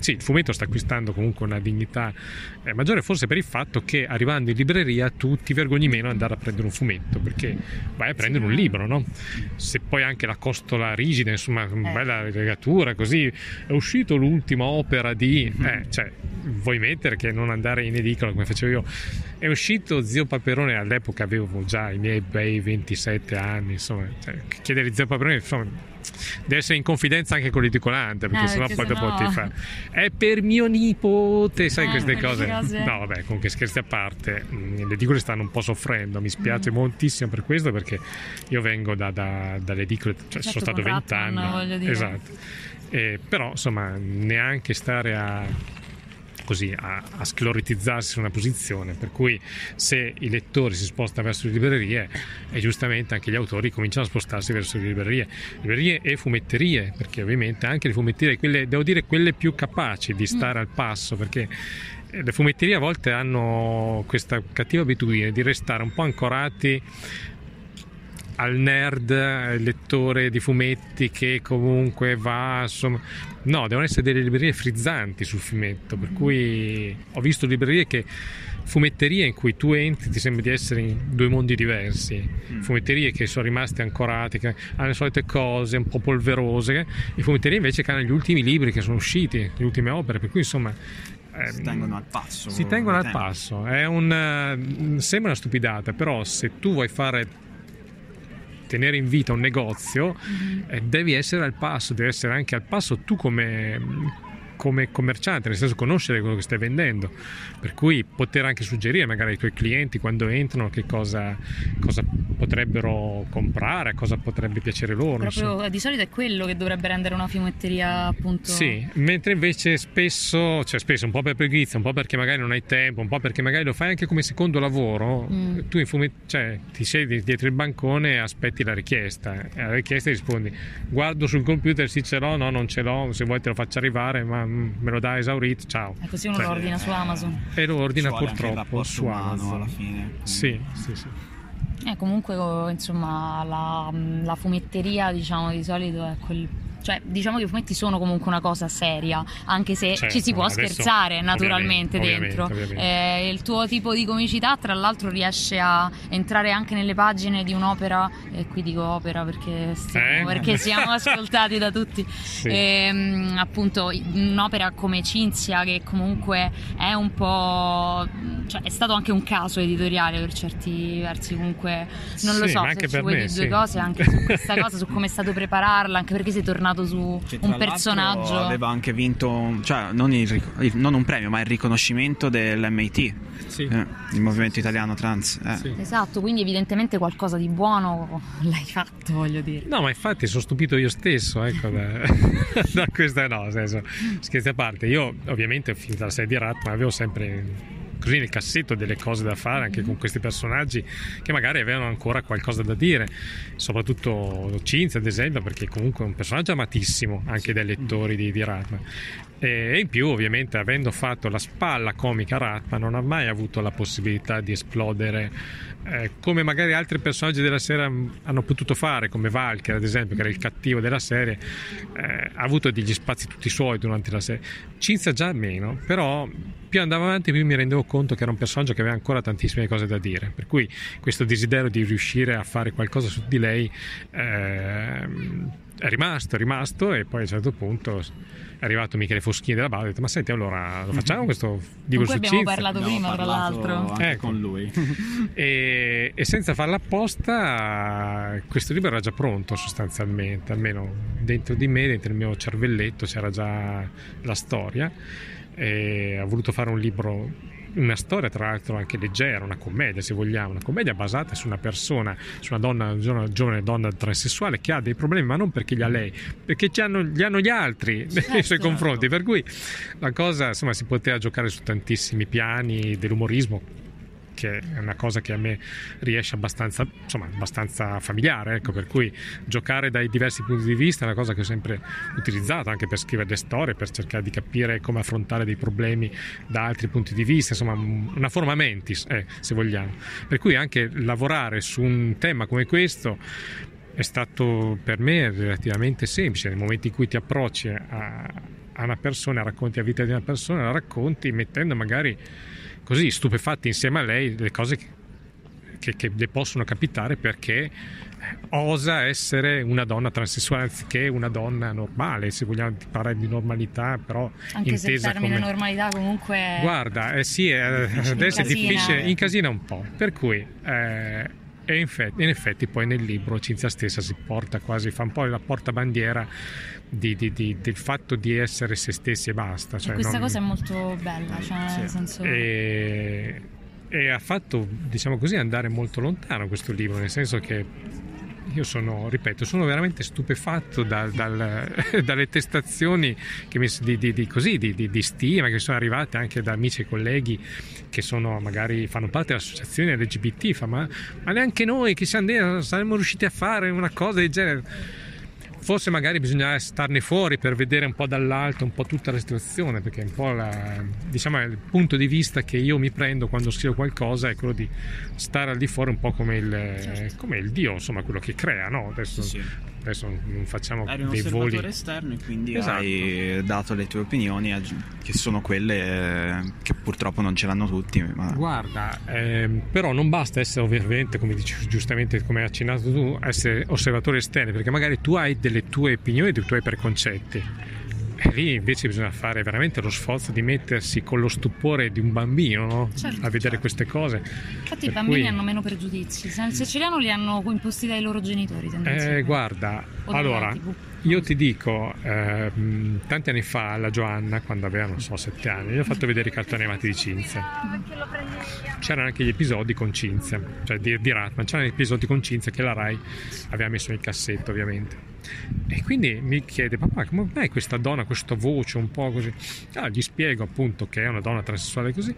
sì, il fumetto sta acquistando comunque una dignità eh, maggiore, forse per il fatto che arrivando in libreria tu ti vergogni meno ad andare a prendere un fumetto, perché vai a prendere un libro, no? Se poi anche la costola rigida, insomma, una bella legatura, così è uscito l'ultima opera di eh, cioè vuoi mettere che non andare in edicola come facevo io. È uscito Zio Paperone, all'epoca avevo già i miei bei ventisette anni, insomma, cioè, chiedere Zio Paperone, insomma, deve essere in confidenza anche con l'edicolante, perché eh, sennò perché poi sennò... dopo ti fa è per mio nipote, sai, eh, queste cose. cose No vabbè, comunque scherzi a parte, le edicole stanno un po' soffrendo, mi spiace mm. moltissimo per questo, perché io vengo da, da, dalle edicole, cioè certo, sono stato vent'anni, voglio dire. Esatto, eh, però insomma neanche stare a così a, a scleritizzarsi su una posizione, per cui se i lettori si spostano verso le librerie e giustamente anche gli autori cominciano a spostarsi verso le librerie librerie e fumetterie, perché ovviamente anche le fumetterie, quelle, devo dire quelle più capaci di stare mm. al passo, perché le fumetterie a volte hanno questa cattiva abitudine di restare un po' ancorati al nerd, al lettore di fumetti che comunque va, insomma, no, devono essere delle librerie frizzanti sul fumetto, per cui ho visto librerie che fumetterie in cui tu entri ti sembra di essere in due mondi diversi, mm. fumetterie che sono rimaste ancorate, che hanno le solite cose un po' polverose, e fumetterie invece che hanno gli ultimi libri che sono usciti, le ultime opere, per cui insomma si tengono al passo. Si tengono al passo, è un, sembra una stupidata, però se tu vuoi fare tenere in vita un negozio mm-hmm. eh, devi essere al passo, devi essere anche al passo tu come come commerciante, nel senso conoscere quello che stai vendendo, per cui poter anche suggerire magari ai tuoi clienti quando entrano che cosa, cosa potrebbero comprare, a cosa potrebbe piacere loro. Proprio insomma. Di solito è quello che dovrebbe rendere una fumetteria, appunto. Sì, mentre invece spesso, cioè spesso un po' per pigrizia, un po' perché magari non hai tempo, un po' perché magari lo fai anche come secondo lavoro, mm. tu in fumet- cioè, ti siedi dietro il bancone e aspetti la richiesta, e alla richiesta rispondi guardo sul computer, sì ce l'ho, no non ce l'ho, se vuoi te lo faccio arrivare, ma me lo dà esaurito, ciao. E così uno cioè, lo ordina su Amazon. E lo ordina purtroppo su Amazon alla fine. Sì, sì, sì. Eh, comunque insomma la, la fumetteria, diciamo, di solito è quel, cioè diciamo che i fumetti sono comunque una cosa seria, anche se certo, ci si può scherzare naturalmente ovviamente, dentro ovviamente, ovviamente. Eh, il tuo tipo di comicità tra l'altro riesce a entrare anche nelle pagine di un'opera, e qui dico opera perché stiamo, eh? perché siamo ascoltati da tutti, sì. e, appunto un'opera come Cinzia, che comunque è un po', cioè è stato anche un caso editoriale per certi versi, comunque non lo sì, so se anche ci vuoi me, dire sì. due cose anche su questa cosa, su come è stato prepararla, anche perché sei tornato su che un personaggio, aveva anche vinto, cioè non, il, non un premio ma il riconoscimento dell'M I T, sì. eh, il movimento italiano trans, eh. sì. Esatto, quindi evidentemente qualcosa di buono l'hai fatto, voglio dire. No, ma infatti sono stupito io stesso, ecco, da, da questa, no, nel senso, scherzi a parte, io ovviamente ho finito la serie di Rat, ma avevo sempre così nel cassetto delle cose da fare anche con questi personaggi che magari avevano ancora qualcosa da dire, soprattutto Cinzia ad esempio, perché comunque è un personaggio amatissimo anche dai lettori di, di Ratman, e in più ovviamente avendo fatto la spalla comica a Ratman non ha mai avuto la possibilità di esplodere eh, come magari altri personaggi della serie hanno potuto fare, come Valkyrie ad esempio, che era il cattivo della serie, eh, ha avuto degli spazi tutti suoi durante la serie. Cinzia già meno, però più andavo avanti più mi rendevo conto che era un personaggio che aveva ancora tantissime cose da dire, per cui questo desiderio di riuscire a fare qualcosa su di lei eh, è rimasto, è rimasto e poi a un certo punto è arrivato Michele Foschini della Base e ho detto ma senti allora lo facciamo questo libro su Cinzia? Abbiamo parlato abbiamo prima parlato tra l'altro anche ecco. con lui e, e senza farla apposta questo libro era già pronto sostanzialmente, almeno dentro di me, dentro il mio cervelletto c'era già la storia, e ho voluto fare un libro, una storia tra l'altro anche leggera, una commedia se vogliamo, una commedia basata su una persona, su una donna, una giovane donna transessuale che ha dei problemi, ma non perché li ha lei, perché ci hanno, li hanno gli altri certo, nei suoi confronti, per cui la cosa insomma si poteva giocare su tantissimi piani dell'umorismo, che è una cosa che a me riesce abbastanza, insomma, abbastanza familiare, ecco, per cui giocare dai diversi punti di vista è una cosa che ho sempre utilizzato anche per scrivere le storie, per cercare di capire come affrontare dei problemi da altri punti di vista, insomma una forma mentis, eh, se vogliamo, per cui anche lavorare su un tema come questo è stato per me relativamente semplice nel momento in cui ti approcci a a una persona, racconti la vita di una persona, la racconti mettendo magari così stupefatti insieme a lei le cose che, che, che le possono capitare perché osa essere una donna transessuale anziché una donna normale, se vogliamo parlare di normalità, però anche intesa se il termine come normalità comunque guarda eh sì eh, adesso è difficile, incasina un po', per cui eh, e in effetti, in effetti poi nel libro Cinzia stessa si porta quasi, fa un po' la portabandiera di, di, di, del fatto di essere se stessi e basta, cioè e questa non... cosa è molto bella, cioè sì. nel senso e, e ha fatto, diciamo così, andare molto lontano questo libro, nel senso che io sono, ripeto, sono veramente stupefatto da, dal, dalle testazioni che mi, di, di, di, così, di, di, di stima che sono arrivate anche da amici e colleghi che sono magari fanno parte dell'associazione L G B T, fa, ma, ma neanche noi che siamo, saremmo riusciti a fare una cosa del genere. Forse magari bisogna starne fuori per vedere un po' dall'alto un po' tutta la situazione, perché un po' la, diciamo, il punto di vista che io mi prendo quando scrivo qualcosa è quello di stare al di fuori un po' come il, certo. come il Dio, insomma, quello che crea, no? Adesso, sì, sì. adesso non facciamo Eri un dei voli. osservatore esterno e quindi esatto. hai dato le tue opinioni che sono quelle che purtroppo non ce l'hanno tutti. Ma... Guarda, ehm, però non basta essere, ovviamente, come dici giustamente, come hai accennato tu, essere osservatore esterno, perché magari tu hai delle tue opinioni, dei tuoi preconcetti. E lì invece bisogna fare veramente lo sforzo di mettersi con lo stupore di un bambino, no? Certo, a vedere certo. queste cose. Infatti i bambini cui... hanno meno pregiudizi, se ce li hanno li hanno imposti dai loro genitori eh, guarda, allora io ti dico eh, tanti anni fa alla Giovanna, quando aveva non so sette anni, gli ho fatto vedere i cartoni animati di Cinzia. C'erano anche gli episodi con Cinzia, cioè di, di Ratman, c'erano gli episodi con Cinzia che la Rai aveva messo nel cassetto, ovviamente. E quindi mi chiede: papà, come mai questa donna, questa voce un po' così? Ah, gli spiego appunto che è una donna transessuale così.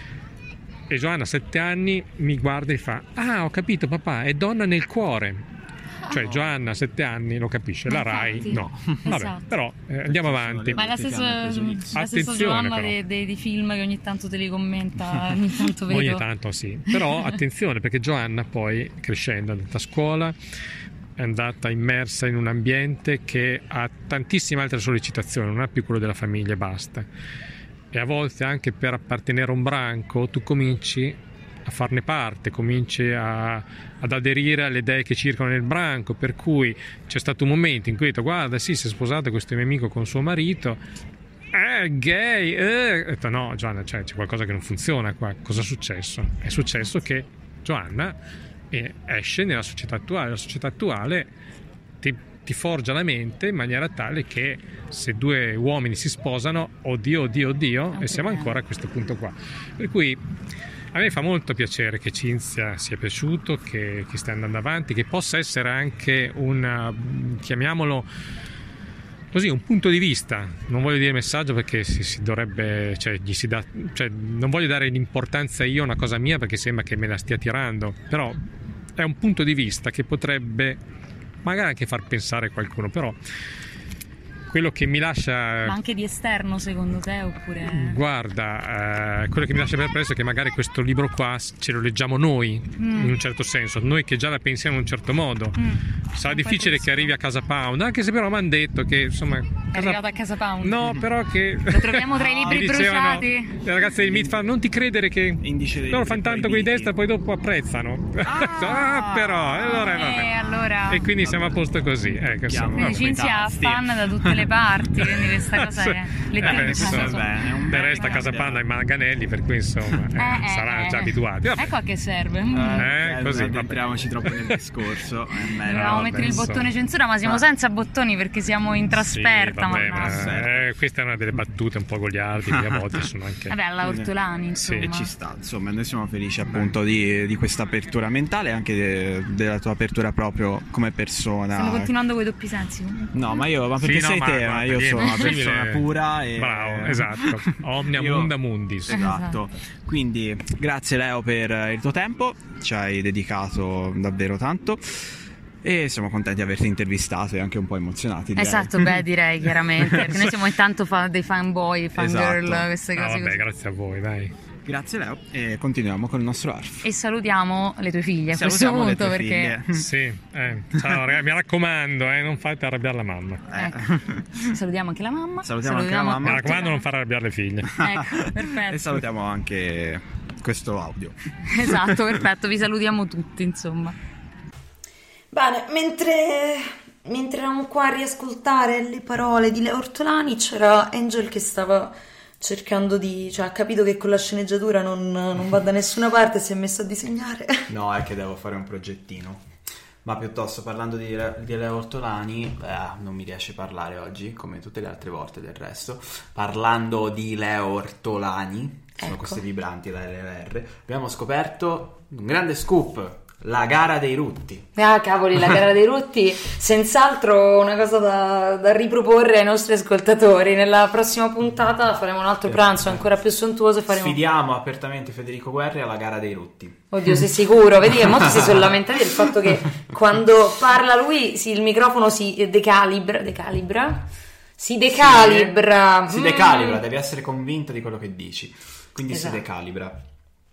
E Giovanna, sette anni, mi guarda e fa: ah, ho capito papà, è donna nel cuore. Cioè Giovanna, sette anni, lo capisce, la Rai no. Vabbè, esatto. Però eh, andiamo avanti. Ma è la stessa, la stessa Giovanna dei, dei, dei film che ogni tanto te li commenta, ogni tanto vedo. Ogni tanto sì, però attenzione, perché Giovanna poi crescendo è andata a scuola, è andata immersa in un ambiente che ha tantissime altre sollecitazioni, non ha più quello della famiglia e basta. E a volte anche per appartenere a un branco tu cominci a farne parte, cominci a, ad aderire alle idee che circolano nel branco, per cui c'è stato un momento in cui ho detto: guarda, sì, si è sposato questo mio amico con suo marito, eh, gay, eh. Ho detto: no Giovanna, cioè, c'è qualcosa che non funziona qua. Cosa è successo? È successo che Giovanna eh, esce nella società attuale, la società attuale ti, ti forgia la mente in maniera tale che se due uomini si sposano, oddio, oddio, oddio, okay. E siamo ancora a questo punto qua, per cui a me fa molto piacere che Cinzia sia piaciuto, che, che stia andando avanti, che possa essere anche un, chiamiamolo così, un punto di vista. Non voglio dire messaggio perché si, si dovrebbe, cioè, gli si dà, cioè, non voglio dare l'importanza io a una cosa mia perché sembra che me la stia tirando, però è un punto di vista che potrebbe magari anche far pensare qualcuno, però quello che mi lascia... Ma anche di esterno secondo te oppure... Guarda, eh, quello che mi lascia perplesso è che magari questo libro qua ce lo leggiamo noi, mm. in un certo senso, noi che già la pensiamo in un certo modo. Mm. Sarà difficile che arrivi a Casa Pound, anche se però mi hanno detto che insomma... È casa... arrivata a Casa Pound? No, però che... Lo troviamo tra i libri bruciati? Le ragazze del M I T fanno: non ti credere che loro fanno tanto con i destra poi dopo apprezzano. Ah, ah però, allora, vabbè. E, allora... e quindi siamo a posto così. Ecco, quindi Cinzia ha fan da tutte le parti, quindi questa cosa è letteralmente bene. Del resto a Casa Panda ai Manganelli, per cui insomma eh, eh, saranno eh, già abituati. Vabbè. Ecco a che serve. Eh, eh, così non entriamoci troppo nel discorso. Dovevamo mettere il bottone censura, ma siamo ah. senza bottoni perché siamo in trasferta. Sì, vabbè, ma eh, questa è una delle battute un po' goliardi che a volte sono anche. Vabbè, alla Ortolani, insomma. Sì. E ci sta, insomma, noi siamo felici appunto di, di questa apertura mentale e anche de, della tua apertura proprio come persona. Stiamo continuando con i doppi sensi. No, ma io, ma perché sì, sei no, te, ma, ma ma io sono una persona simile... pura e... Bravo, esatto. Omnia io... munda mundis. Esatto. Quindi grazie Leo per il tuo tempo, ci hai dedicato davvero tanto e siamo contenti di averti intervistato e anche un po' emozionati, direi. Esatto, beh, direi chiaramente, perché noi siamo intanto fa- dei fanboy, fangirl, esatto. Queste cose. Ah, vabbè, così. grazie a voi, dai. Grazie Leo, e continuiamo con il nostro Arf. E salutiamo le tue figlie a Salutiamo questo punto, le tue perché figlie. Sì, eh, ciao ragazzi, mi raccomando, eh, non fate arrabbiare la mamma. Ecco. Salutiamo anche la mamma. Salutiamo anche la mamma. Mi raccomando, non far arrabbiare le figlie. Ecco, perfetto. E salutiamo anche questo audio. Esatto, perfetto, vi salutiamo tutti, insomma. Bene, mentre, mentre eravamo qua a riascoltare le parole di Leo Ortolani, c'era Angel che stava cercando di... cioè ha capito che con la sceneggiatura non, non va da nessuna parte e si è messo a disegnare. No, è che devo fare un progettino. Ma piuttosto, parlando di, di Leo Ortolani, eh, non mi riesce a parlare oggi, come tutte le altre volte del resto. Parlando di Leo Ortolani, sono Ecco. queste vibranti la L R, abbiamo scoperto un grande scoop, la gara dei rutti. Ah, cavoli, la gara dei rutti, senz'altro una cosa da, da riproporre ai nostri ascoltatori. Nella prossima puntata faremo un altro pranzo ancora più sontuoso e faremo... Sfidiamo apertamente Federico Guerri alla gara dei rutti. Oddio, sei sicuro? Vedi che molti si sono lamentati del fatto che quando parla lui sì, il microfono si decalibra, decalibra? Si decalibra. Si Mm. decalibra, devi essere convinto di quello che dici. Quindi Esatto. si decalibra.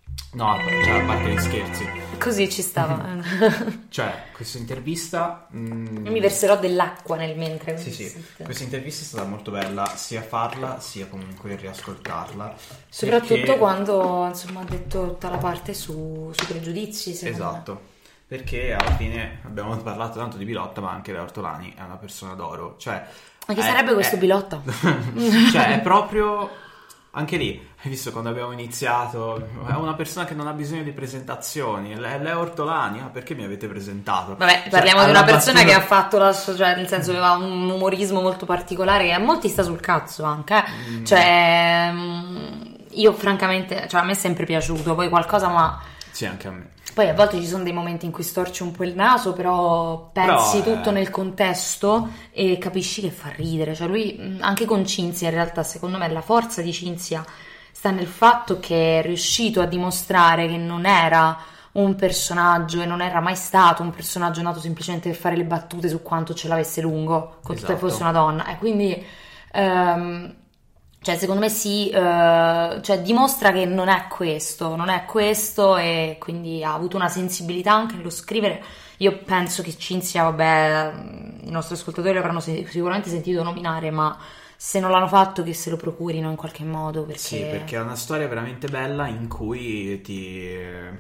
No, cioè, a parte gli scherzi. Così ci stava. Cioè, questa intervista... mm, Io mi verserò dell'acqua nel mentre. Sì, sì, questa intervista è stata molto bella, sia farla sia comunque riascoltarla. Soprattutto perché- quando insomma ha detto tutta la parte su, sui pregiudizi. secondo me. Esatto, perché alla fine abbiamo parlato tanto di Bilotta, ma anche Leo Ortolani è una persona d'oro. Cioè, Ma chi è- sarebbe questo è- Bilotta? Cioè, è proprio... Anche lì, hai visto quando abbiamo iniziato, è una persona che non ha bisogno di presentazioni, è Leo Ortolani, ah, perché mi avete presentato? Vabbè, Cioè, parliamo di alla una persona battuta- che ha fatto la sua, cioè nel senso che aveva un umorismo molto particolare che a molti sta sul cazzo anche, eh. Mm. Cioè mm, io francamente, cioè a me è sempre piaciuto, poi qualcosa, ma Sì, anche a me. poi a volte ci sono dei momenti in cui storci un po' il naso, però pensi Però, eh. tutto nel contesto e capisci che fa ridere. Cioè lui, mh, anche con Cinzia in realtà, secondo me la forza di Cinzia sta nel fatto che è riuscito a dimostrare che non era un personaggio e non era mai stato un personaggio nato semplicemente per fare le battute su quanto ce l'avesse lungo, con tutto che Esatto. fosse una donna. E quindi... ehm, cioè secondo me sì, eh, cioè dimostra che non è questo, non è questo e quindi ha avuto una sensibilità anche nello scrivere. Io penso che Cinzia, vabbè, i nostri ascoltatori l'avranno se- sicuramente sentito nominare, ma se non l'hanno fatto che se lo procurino in qualche modo, perché... Sì, perché è una storia veramente bella in cui ti,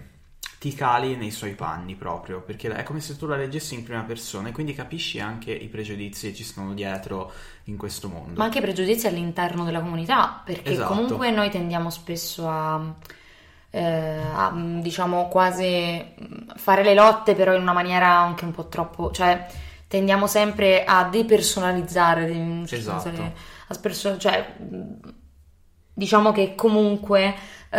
ti cali nei suoi panni proprio, perché è come se tu la leggessi in prima persona e quindi capisci anche i pregiudizi che ci sono dietro in questo mondo. Ma anche i pregiudizi all'interno della comunità, perché Esatto. comunque noi tendiamo spesso a, eh, a, diciamo quasi fare le lotte però in una maniera anche un po' troppo, cioè tendiamo sempre a depersonalizzare, in un certo senso, Esatto. le- a sperso- cioè diciamo che comunque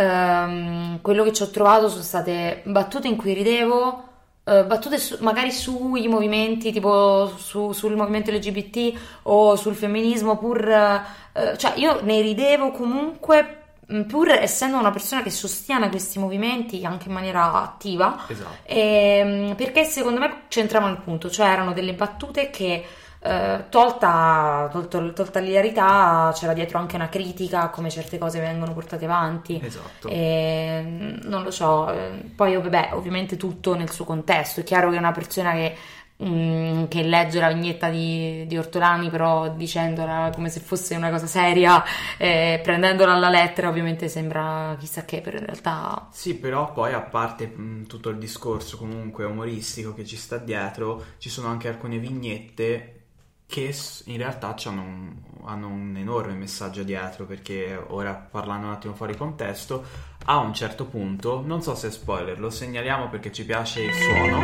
ehm, quello che ci ho trovato sono state battute in cui ridevo, eh, battute su- magari sui movimenti, tipo su- sul movimento L G B T o sul femminismo, pur eh, cioè io ne ridevo comunque, mh, pur essendo una persona che sostiene questi movimenti anche in maniera attiva. Esatto. Ehm, perché secondo me c'entravano il punto, cioè erano delle battute che eh, tolta, tolto- tolta l'ilarità c'era dietro anche una critica a come certe cose vengono portate avanti. Esatto. E, mm, non lo so, eh, poi vabbè, ovviamente tutto nel suo contesto. È chiaro che una persona che, mm, che legge la vignetta di, di Ortolani però dicendola come se fosse una cosa seria, eh, prendendola alla lettera, ovviamente sembra chissà che, però in realtà Sì, però poi a parte mh, tutto il discorso comunque umoristico che ci sta dietro, ci sono anche alcune vignette che s- in realtà c'hanno un- hanno un enorme messaggio dietro, perché ora parlando un attimo fuori contesto, a un certo punto, non so se è spoiler, lo segnaliamo perché ci piace il suono,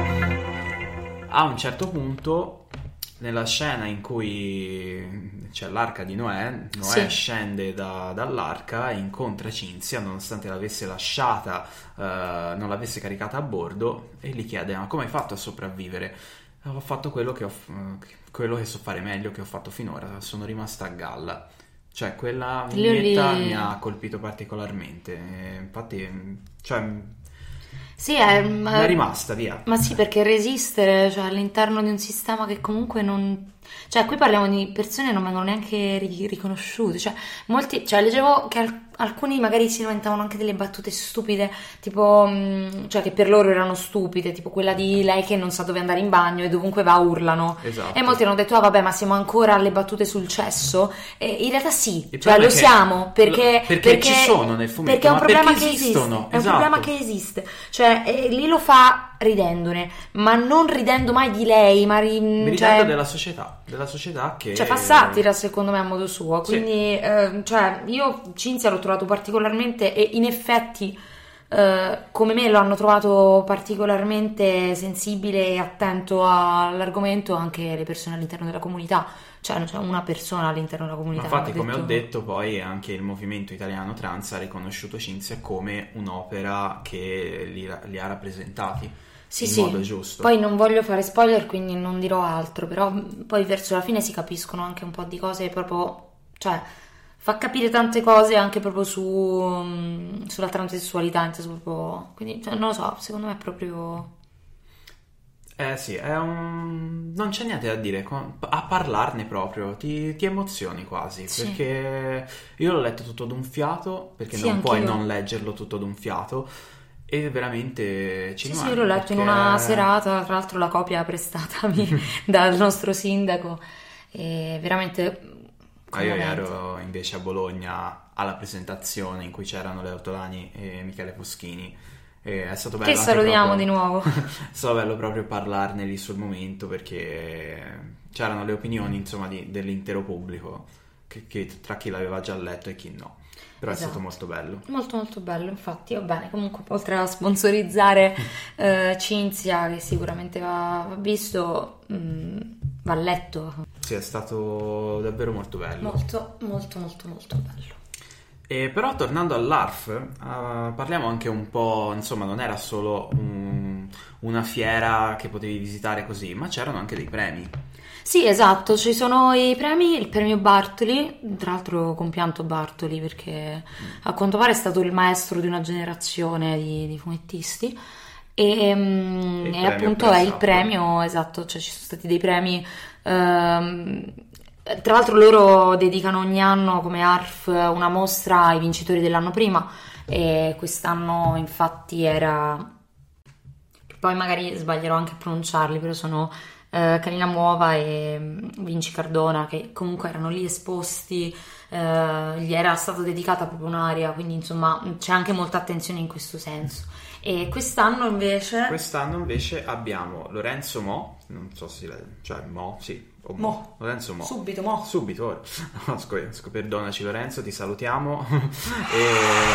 a un certo punto nella scena in cui c'è l'arca di Noè, Noè Sì. scende da- dall'arca e incontra Cinzia nonostante l'avesse lasciata, eh, non l'avesse caricata a bordo, e gli chiede: ma come hai fatto a sopravvivere? Ho fatto quello che, ho, quello che so fare meglio, che ho fatto finora, sono rimasta a galla. Cioè quella Lì- vignetta lì- mi ha colpito particolarmente, e infatti, cioè, Sì, è, è rimasta via. Ma sì, perché resistere, cioè, all'interno di un sistema che comunque non... Cioè, qui parliamo di persone che non vengono neanche riconosciute. Cioè, molti... Cioè, leggevo che alc- alcuni magari si inventavano anche delle battute stupide, tipo... Mh, cioè, che per loro erano stupide, tipo quella di lei che non sa dove andare in bagno e dovunque va urlano. Esatto. E molti hanno detto, ah vabbè, ma siamo ancora alle battute sul cesso? E in realtà sì, Il cioè lo problema è che- siamo, perché... lo- perché ci sono nel fumetto, Perché è un ma problema perché che esistono, esiste. È un esatto. problema che esiste. Cioè, eh, lì lo fa ridendone, ma non ridendo mai di lei, ma ri- Ridendo cioè, della società, della società che... cioè fa satira secondo me a modo suo, Sì. quindi eh, cioè io Cinzia l'ho trovato particolarmente, e in effetti eh, come me lo hanno trovato particolarmente sensibile e attento all'argomento anche le persone all'interno della comunità, cioè c'è una persona all'interno della comunità. Infatti, hanno come ho detto- detto, poi anche il movimento italiano trans ha riconosciuto Cinzia come un'opera che li, li ha rappresentati Sì, in sì. modo giusto. Poi non voglio fare spoiler, quindi non dirò altro, però poi verso la fine si capiscono anche un po' di cose proprio, cioè fa capire tante cose anche proprio su mm, sulla transessualità, inteso proprio, quindi cioè, non lo so, secondo me è proprio... Eh sì, è un... non c'è niente da dire, con- a parlarne proprio ti, ti emozioni quasi, Sì. perché io l'ho letto tutto d'un fiato, perché Sì, non puoi anch'io. non leggerlo tutto d'un fiato, e veramente ci Sì, sì, rimane, io l'ho letto in perché- una serata, tra l'altro la copia prestata dal nostro sindaco, e veramente Ah, io commovente. ero invece a Bologna alla presentazione in cui c'erano Leo Tolani e Michele Foschini. E è stato bello Che anche salutiamo proprio- di nuovo. è stato bello proprio parlarne lì sul momento, perché c'erano le opinioni, insomma, di- dell'intero pubblico, che, che tra chi l'aveva già letto e chi no. Però è Esatto. stato molto bello. Molto molto bello, infatti, va bene. Comunque, oltre a sponsorizzare eh, Cinzia, che sicuramente va, va visto, mh, va letto. Sì, è stato davvero molto bello. Molto, molto, molto, molto bello. E però tornando all'A R F, eh, parliamo anche un po', insomma, non era solo un- una fiera che potevi visitare così, ma c'erano anche dei premi. Sì, esatto, ci sono i premi, il premio Bartoli, tra l'altro compianto Bartoli perché a quanto pare è stato il maestro di una generazione di, di fumettisti e, mm, Il e premio appunto Press è il Up. premio, esatto, cioè ci sono stati dei premi, ehm, tra l'altro loro dedicano ogni anno come A R F una mostra ai vincitori dell'anno prima e quest'anno infatti era, poi magari sbaglierò anche a pronunciarli, però sono eh, Carina Muova e mm, Vinci Cardona, che comunque erano lì esposti, eh, gli era stata dedicata proprio un'area, quindi insomma c'è anche molta attenzione in questo senso. E quest'anno invece... Quest'anno invece abbiamo Lorenzo Mo, non so se la- cioè Mo, sì, o Mo. Mo. Lorenzo Mo. Subito, mo. Subito, ora. No, scu- scu- perdonaci Lorenzo, ti salutiamo. e...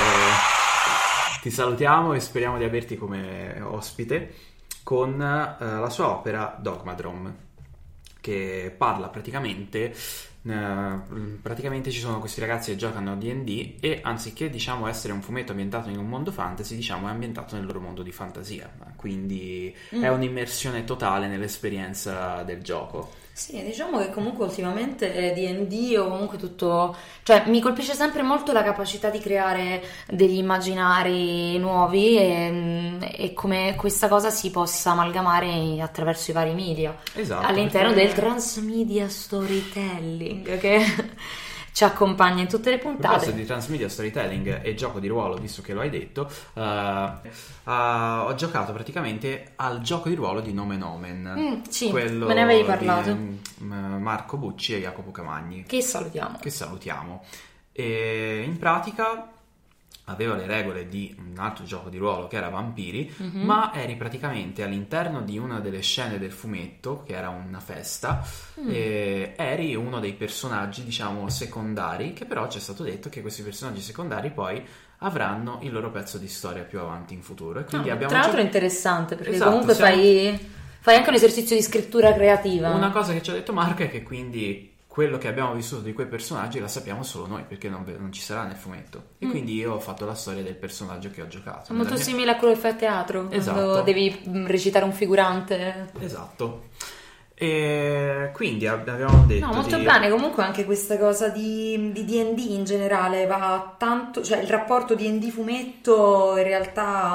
Ti salutiamo e speriamo di averti come ospite con eh, la sua opera Dogmadrome, che parla praticamente... eh, praticamente ci sono questi ragazzi che giocano a D and D e anziché diciamo essere un fumetto ambientato in un mondo fantasy, diciamo è ambientato nel loro mondo di fantasia, quindi Mm. è un'immersione totale nell'esperienza del gioco. Sì, diciamo che comunque ultimamente D and D o comunque tutto, cioè mi colpisce sempre molto la capacità di creare degli immaginari nuovi e, e come questa cosa si possa amalgamare attraverso i vari media Esatto, all'interno perché- del transmedia storytelling che ci accompagna in tutte le A proposito puntate. di transmedia storytelling e gioco di ruolo, visto che lo hai detto, eh, ah, ho giocato praticamente al gioco di ruolo di Nomen Omen, Mm, sì, quello me ne avevi di, parlato. mm, Marco Bucci e Jacopo Camagni, Che salutiamo. che salutiamo. E in pratica aveva le regole di un altro gioco di ruolo che era Vampiri, Mhm. ma eri praticamente all'interno di una delle scene del fumetto, che era una festa, Mm. e eri uno dei personaggi, diciamo, secondari, che però ci è stato detto che questi personaggi secondari poi avranno il loro pezzo di storia più avanti in futuro. E quindi No, abbiamo tra l'altro gio- è interessante perché Esatto, comunque siamo- fai, fai anche un esercizio di scrittura creativa. Una cosa che ci ha detto Marco è che quindi quello che abbiamo vissuto di quei personaggi la sappiamo solo noi, perché non, ve- non ci sarà nel fumetto. E Mm. quindi io ho fatto la storia del personaggio che ho giocato. È molto Nella mia- simile a quello che fai a teatro, Esatto. quando devi mm, recitare un figurante. Esatto. E quindi ab- abbiamo detto No, molto di... bene, comunque anche questa cosa di, di D and D in generale va tanto, cioè il rapporto D and D fumetto in realtà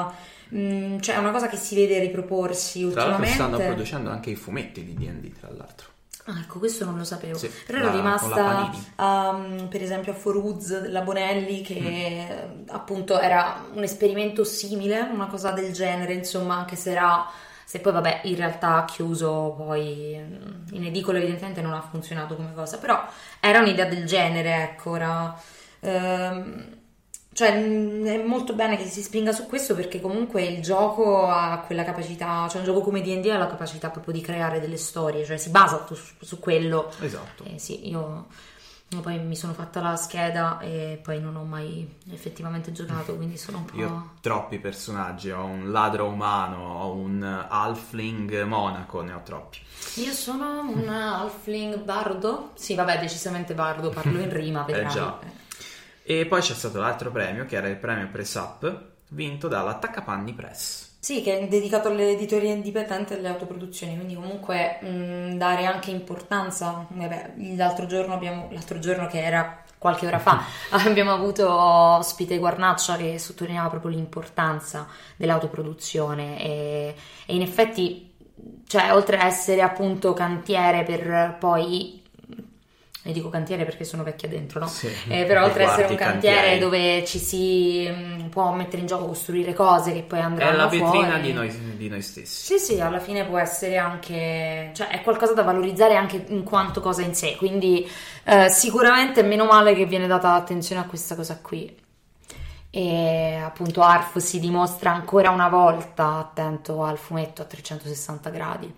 mh, cioè è una cosa che si vede riproporsi ultimamente. Tra l'altro stanno producendo anche i fumetti di D and D, tra l'altro. Ah, ecco, questo non lo sapevo. Sì, però ero rimasta um, per esempio a For Woods della Bonelli, che mm. appunto era un esperimento simile, una cosa del genere, insomma, anche se era, se poi vabbè in realtà chiuso poi in edicola evidentemente non ha funzionato come cosa, però era un'idea del genere, ecco, era ehm, cioè è molto bene che si spinga su questo, perché comunque il gioco ha quella capacità, cioè un gioco come D and D ha la capacità proprio di creare delle storie, cioè si basa su, su quello. Esatto. Eh, sì, io, io poi mi sono fatta la scheda e poi non ho mai effettivamente giocato, quindi sono un po'... Io ho troppi personaggi, ho un ladro umano, ho un halfling monaco, ne ho troppi. Io sono un halfling bardo, sì vabbè decisamente bardo, parlo in rima, vedrai. Eh già. E poi c'è stato l'altro premio, che era il premio Press Up, vinto dalla Taccapanni Press. Sì, che è dedicato all'editoria indipendente e alle autoproduzioni, quindi comunque mh, dare anche importanza. Vabbè, l'altro giorno abbiamo, l'altro giorno che era qualche ora fa, abbiamo avuto ospite Guarnaccia che sottolineava proprio l'importanza dell'autoproduzione e, e in effetti, cioè, oltre a essere appunto cantiere per poi... ne dico cantiere perché sono vecchia dentro, no? Sì, eh, però oltre ad essere un cantiere cantieri. Dove ci si mh, può mettere in gioco, costruire cose che poi andranno è la vetrina fuori. di noi, di noi stessi. Sì, sì, alla fine può essere anche, cioè è qualcosa da valorizzare anche in quanto cosa in sé, quindi eh, sicuramente meno male che viene data attenzione a questa cosa qui. E appunto Arf si dimostra ancora una volta attento al fumetto a trecentosessanta gradi.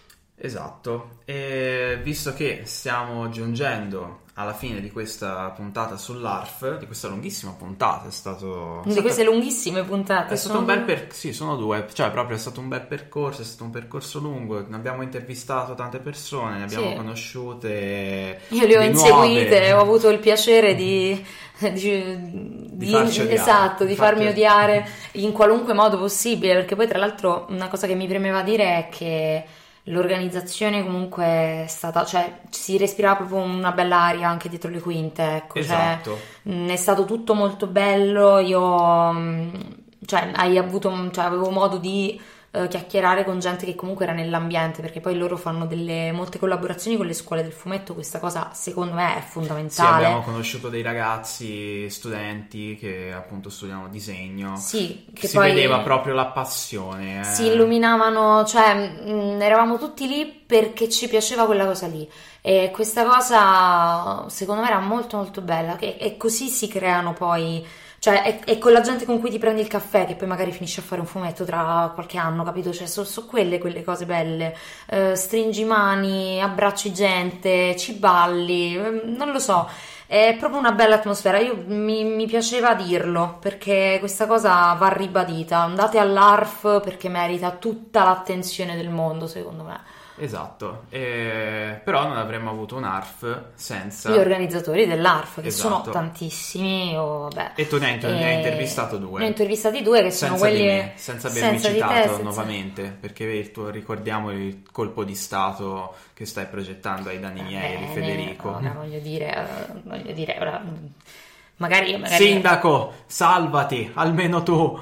Esatto, e visto che stiamo giungendo alla fine di questa puntata sull'A R F, di questa lunghissima puntata, è stato... Di stato, queste lunghissime puntate. È stato un bel per, sì, sono due, cioè proprio è stato un bel percorso, è stato un percorso lungo, abbiamo intervistato tante persone, ne abbiamo sì. conosciute. Io le ho inseguite, nuove. Ho avuto il piacere di... di, di, di farci odiare. Esatto, di, di farmi farti... odiare in qualunque modo possibile, perché poi tra l'altro una cosa che mi premeva dire è che l'organizzazione comunque è stata, cioè si respirava proprio una bella aria anche dietro le quinte, ecco, esatto. Cioè, mh, è stato tutto molto bello, io mh, cioè hai avuto, cioè avevo modo di uh, chiacchierare con gente che comunque era nell'ambiente, perché poi loro fanno delle molte collaborazioni con le scuole del fumetto, questa cosa secondo me è fondamentale. Sì, abbiamo conosciuto dei ragazzi studenti che appunto studiano disegno, sì, che si poi vedeva proprio la passione, eh. si illuminavano, cioè mh, eravamo tutti lì perché ci piaceva quella cosa lì, e questa cosa secondo me era molto molto bella, che, e così si creano poi, cioè è, è con la gente con cui ti prendi il caffè che poi magari finisci a fare un fumetto tra qualche anno, capito? Cioè sono so quelle quelle cose belle, uh, stringi mani, abbracci gente, ci balli, non lo so, è proprio una bella atmosfera. Io mi, mi piaceva dirlo perché questa cosa va ribadita, andate all'A R F perché merita tutta l'attenzione del mondo secondo me. Esatto, eh, però non avremmo avuto un A R F senza gli organizzatori dell'A R F, che esatto. sono tantissimi. Oh, vabbè. E tu ne hai, inter- e... ne hai intervistato due. Ne ho intervistati due che senza sono quelli di me, senza avermi senza citato te, senza... nuovamente, perché il tuo, ricordiamo il colpo di stato che stai progettando ai danni miei e di Federico. Ora voglio dire, uh, voglio dire ora, magari, magari Sindaco, salvati, almeno tu.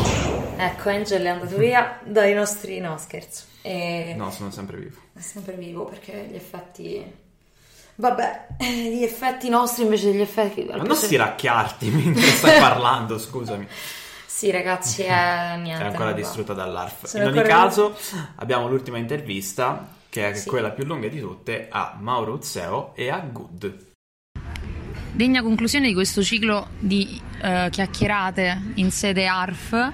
Ecco, Angel è andato via dai nostri, no scherzo. E... No, sono sempre vivo. È sempre vivo perché gli effetti, vabbè, gli effetti nostri invece degli effetti. Ma non stiracchiarti mentre stai parlando, scusami. Sì, ragazzi, è niente. È ancora distrutta dall'A R F. Sono In ogni ancora... caso, abbiamo l'ultima intervista, che è sì. quella più lunga di tutte, a Mauro Uzzeo e a Good. Degna conclusione di questo ciclo di uh, chiacchierate in sede A R F.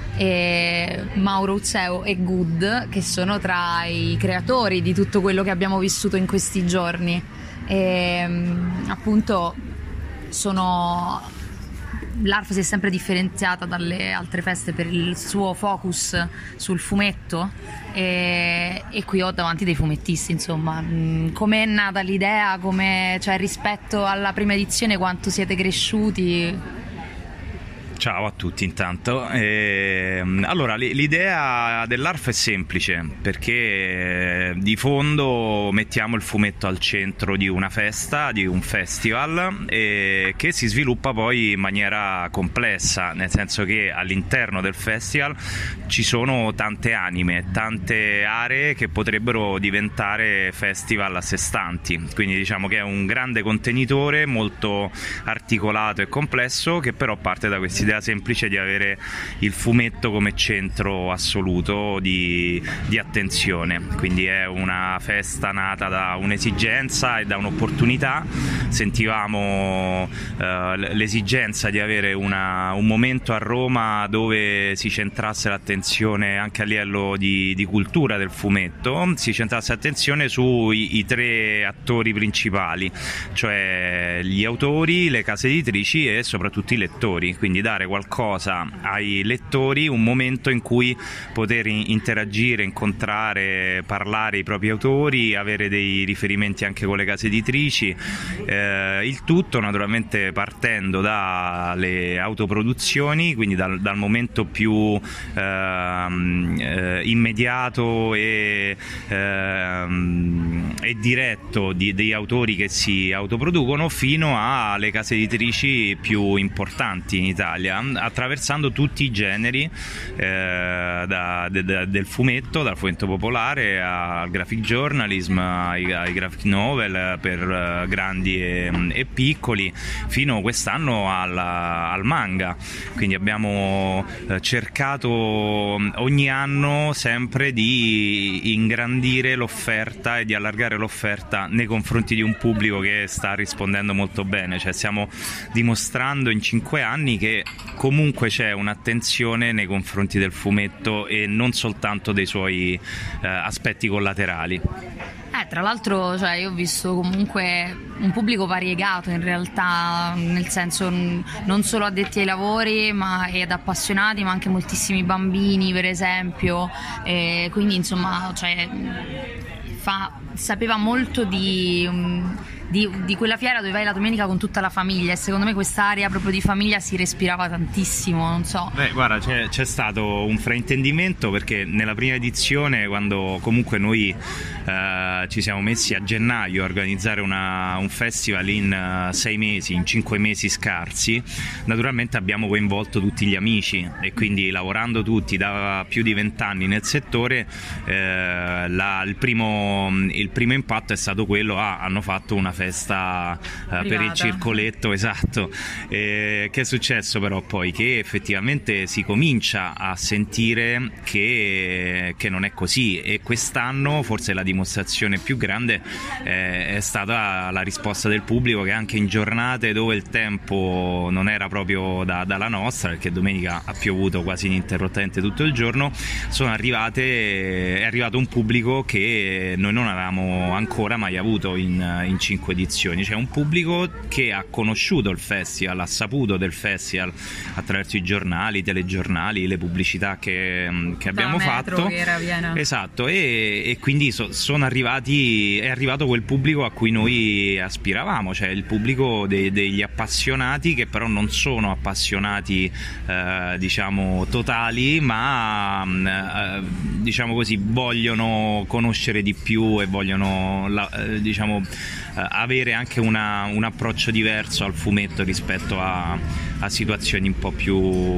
E Mauro Uzzeo e Good, che sono tra i creatori di tutto quello che abbiamo vissuto in questi giorni, e appunto sono l'A R F si è sempre differenziata dalle altre feste per il suo focus sul fumetto, e, e qui ho davanti dei fumettisti, insomma. Com'è nata l'idea, come, cioè rispetto alla prima edizione quanto siete cresciuti? Ciao a tutti intanto. Eh, allora, l'idea dell'A R F è semplice, perché di fondo mettiamo il fumetto al centro di una festa, di un festival, eh, che si sviluppa poi in maniera complessa, nel senso che all'interno del festival ci sono tante anime, tante aree che potrebbero diventare festival a sé stanti, quindi diciamo che è un grande contenitore molto articolato e complesso, che però parte da questa idea semplice di avere il fumetto come centro assoluto di, di attenzione. Quindi è una festa nata da un'esigenza e da un'opportunità. Sentivamo eh, l'esigenza di avere una, un momento a Roma dove si centrasse l'attenzione anche a livello di, di cultura del fumetto, si centrasse l'attenzione sui i tre attori principali, cioè gli autori, le case editrici e soprattutto i lettori, quindi dare qualcosa ai lettori, un momento in cui poter interagire, incontrare, parlare i propri autori, avere dei riferimenti anche con le case editrici, eh, il tutto naturalmente partendo dalle autoproduzioni, quindi dal, dal momento più eh, eh, immediato e, eh, e diretto di, dei autori che si autoproducono fino alle case editrici più importanti in Italia, attraversando tutti i generi, eh, da, de, de, del fumetto, dal fumetto popolare al graphic journalism, ai, ai graphic novel per uh, grandi e, e piccoli, fino quest'anno alla, al manga. Quindi abbiamo eh, cercato ogni anno sempre di ingrandire l'offerta e di allargare l'offerta nei confronti di un pubblico che sta rispondendo molto bene, cioè stiamo dimostrando in cinque anni che comunque c'è un'attenzione nei confronti del fumetto e non soltanto dei suoi eh, aspetti collaterali. Eh, tra l'altro, cioè, io ho visto comunque un pubblico variegato in realtà, nel senso non solo addetti ai lavori ma ed appassionati, ma anche moltissimi bambini per esempio, e quindi insomma, cioè, fa, sapeva molto di... Um, Di, di quella fiera dove vai la domenica con tutta la famiglia, e secondo me quest'area proprio di famiglia si respirava tantissimo, non so. Beh, guarda, c'è, c'è stato un fraintendimento, perché nella prima edizione, quando comunque noi eh, ci siamo messi a gennaio a organizzare una, un festival in uh, sei mesi, in cinque mesi scarsi, naturalmente abbiamo coinvolto tutti gli amici, e quindi lavorando tutti da più di vent'anni nel settore, eh, la, il, primo, il primo impatto è stato quello, ah, hanno fatto una festa festa uh, per il circoletto, esatto. E che è successo però poi? Che effettivamente si comincia a sentire che, che non è così, e quest'anno forse la dimostrazione più grande eh, è stata la risposta del pubblico, che anche in giornate dove il tempo non era proprio da, dalla nostra, perché domenica ha piovuto quasi ininterrottamente tutto il giorno, sono arrivate è arrivato un pubblico che noi non avevamo ancora mai avuto in, in cinque edizioni, cioè un pubblico che ha conosciuto il festival, ha saputo del festival attraverso i giornali, i telegiornali, le pubblicità che, che abbiamo metro, fatto, che era piena. Esatto, e, e quindi so, sono arrivati è arrivato quel pubblico a cui noi aspiravamo, cioè il pubblico de, degli appassionati, che però non sono appassionati eh, diciamo totali, ma eh, diciamo così, vogliono conoscere di più e vogliono la, eh, diciamo avere anche una, un approccio diverso al fumetto rispetto a, a situazioni un po' più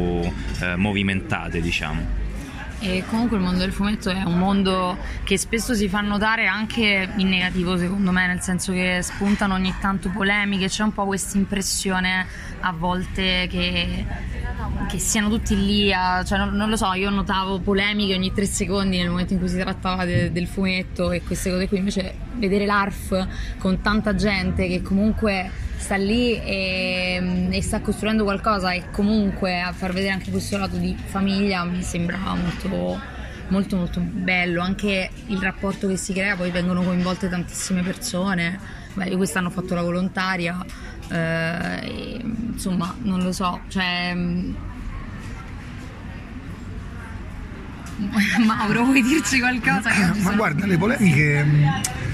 eh, movimentate, diciamo. E comunque il mondo del fumetto è un mondo che spesso si fa notare anche in negativo, secondo me, nel senso che spuntano ogni tanto polemiche, c'è un po' questa impressione a volte che, che siano tutti lì a, cioè non, non lo so, io notavo polemiche ogni tre secondi nel momento in cui si trattava de, del fumetto e queste cose qui, invece vedere l'A R F con tanta gente che comunque sta lì e, e sta costruendo qualcosa, e comunque a far vedere anche questo lato di famiglia mi sembrava molto molto molto bello, anche il rapporto che si crea, poi vengono coinvolte tantissime persone. Beh, io quest'anno ho fatto la volontaria, eh, e, insomma non lo so, cioè Mauro, vuoi dirci qualcosa? Che ma guarda, le polemiche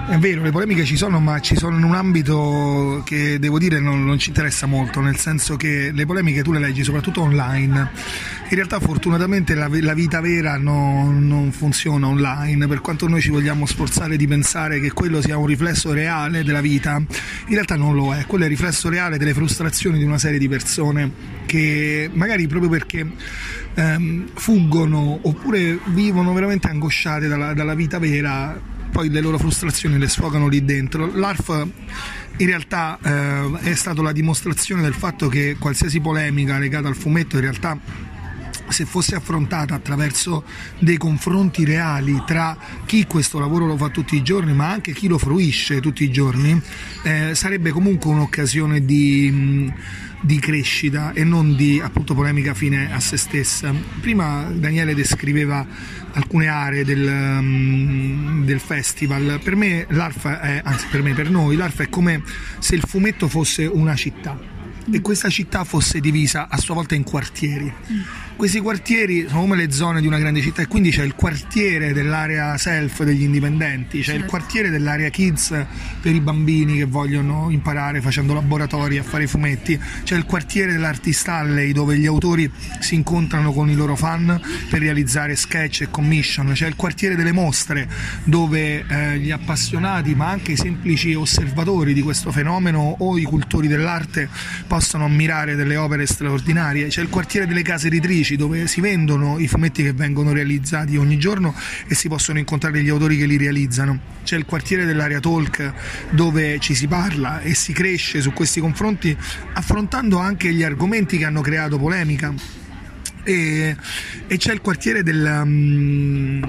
È vero, le polemiche ci sono, ma ci sono in un ambito che devo dire non, non ci interessa molto, nel senso che le polemiche tu le leggi soprattutto online. In realtà fortunatamente la, la vita vera no, non funziona online, per quanto noi ci vogliamo sforzare di pensare che quello sia un riflesso reale della vita, in realtà non lo è, quello è il riflesso reale delle frustrazioni di una serie di persone che magari proprio perché ehm, fuggono oppure vivono veramente angosciate dalla, dalla vita vera, poi le loro frustrazioni le sfogano lì dentro. L'A R F in realtà eh, è stato la dimostrazione del fatto che qualsiasi polemica legata al fumetto in realtà, se fosse affrontata attraverso dei confronti reali tra chi questo lavoro lo fa tutti i giorni ma anche chi lo fruisce tutti i giorni, eh, sarebbe comunque un'occasione di, di crescita e non di appunto polemica fine a se stessa. Prima Daniele descriveva alcune aree del, um, del festival. Per me l'A R F è, anzi per me, per noi l'A R F è come se il fumetto fosse una città e questa città fosse divisa a sua volta in quartieri. Questi quartieri sono come le zone di una grande città e quindi c'è il quartiere dell'area self degli indipendenti, c'è il quartiere dell'area kids per i bambini che vogliono imparare facendo laboratori a fare i fumetti, c'è il quartiere dell'Artist Alley dove gli autori si incontrano con i loro fan per realizzare sketch e commission, c'è il quartiere delle mostre dove eh, gli appassionati ma anche i semplici osservatori di questo fenomeno o i cultori dell'arte possono ammirare delle opere straordinarie, c'è il quartiere delle case editrici dove si vendono i fumetti che vengono realizzati ogni giorno e si possono incontrare gli autori che li realizzano, c'è il quartiere dell'area talk dove ci si parla e si cresce su questi confronti affrontando anche gli argomenti che hanno creato polemica, e, e c'è il quartiere del um,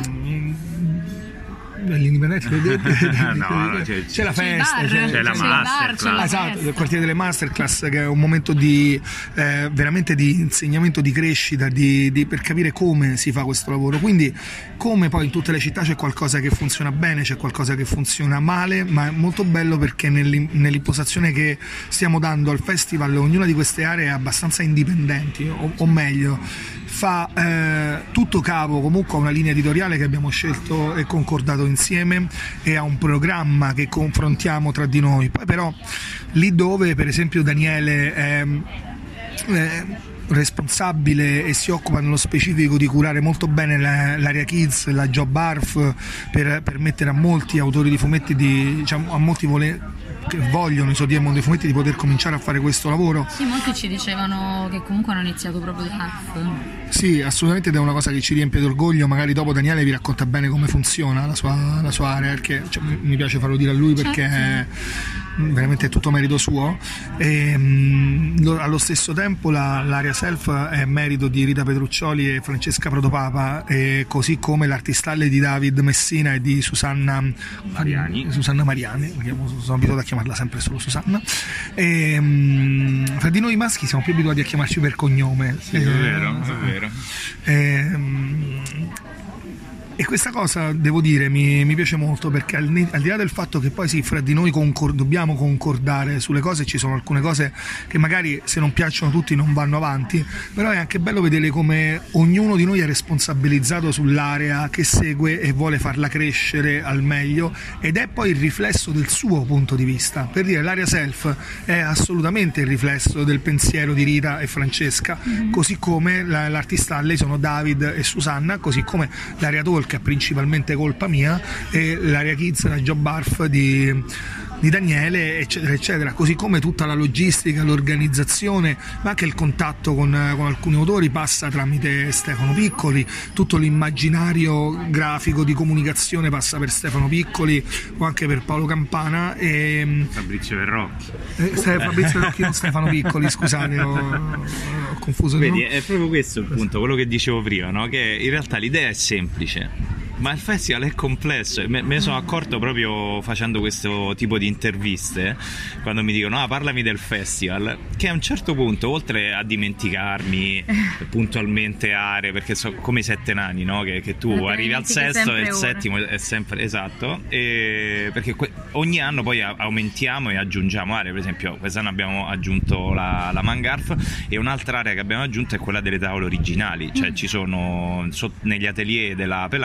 dell'indipendente no, no, c'è, c'è la festa, c'è, c'è, c'è la masterclass, esatto, il quartiere delle masterclass, che è un momento di eh, veramente di insegnamento, di crescita, di, di, per capire come si fa questo lavoro. Quindi come poi in tutte le città c'è qualcosa che funziona bene, c'è qualcosa che funziona male, ma è molto bello perché nell'impostazione che stiamo dando al festival ognuna di queste aree è abbastanza indipendenti, o, o meglio fa eh, tutto capo comunque a una linea editoriale che abbiamo scelto e concordato insieme e a un programma che confrontiamo tra di noi. Poi però lì dove per esempio Daniele è, è responsabile e si occupa nello specifico di curare molto bene la, l'area kids, la job A R F per permettere a molti autori di fumetti di, diciamo, a molti vole, che vogliono esordiare il mondo dei fumetti di poter cominciare a fare questo lavoro. Sì, molti ci dicevano che comunque hanno iniziato proprio da A R F. Sì, assolutamente, ed è una cosa che ci riempie d'orgoglio. Magari dopo Daniele vi racconta bene come funziona la sua, la sua area, perché cioè, mi piace farlo dire a lui perché certo. è, veramente è tutto merito suo. E, mh, lo, allo stesso tempo la, l'area self è merito di Rita Petruccioli e Francesca Protopapa, e così come l'Artist Alley di David Messina e di Susanna Mariani, Susanna Mariani, sono abituato a chiamarla sempre solo Susanna. E, mh, fra di noi maschi siamo più abituati a chiamarci per cognome. Sì, è vero, è vero. E, e questa cosa devo dire mi, mi piace molto, perché al, al di là del fatto che poi sì, fra di noi concor- dobbiamo concordare sulle cose, ci sono alcune cose che magari se non piacciono a tutti non vanno avanti, però è anche bello vedere come ognuno di noi è responsabilizzato sull'area che segue e vuole farla crescere al meglio, ed è poi il riflesso del suo punto di vista. Per dire, l'area self è assolutamente il riflesso del pensiero di Rita e Francesca, mm-hmm. così come la, l'Artist Alley sono David e Susanna, così come l'area talk che è principalmente colpa mia, e l'area kids, la job A R F di, di Daniele, eccetera eccetera, così come tutta la logistica, l'organizzazione, ma anche il contatto con, con alcuni autori passa tramite Stefano Piccoli, tutto l'immaginario grafico di comunicazione passa per Stefano Piccoli o anche per Paolo Campana e Fabrizio Verrocchi. eh, Fabrizio Verrocchi o Stefano Piccoli, scusate, ho, ho confuso. Vedi, no? È proprio questo il punto, quello che dicevo prima, no? Che in realtà l'idea è semplice, ma il festival è complesso. Me ne sono accorto proprio facendo questo tipo di interviste, quando mi dicono ah, parlami del festival, che a un certo punto, oltre a dimenticarmi puntualmente aree, perché so come i sette nani, no? che, che tu eh, arrivi al sesto e il ora. settimo è sempre esatto, e perché que- ogni anno poi aumentiamo e aggiungiamo aree. Per esempio quest'anno abbiamo aggiunto la, la Mangarf, e un'altra area che abbiamo aggiunto è quella delle tavole originali, cioè mm. ci sono so, negli atelier della Pelanda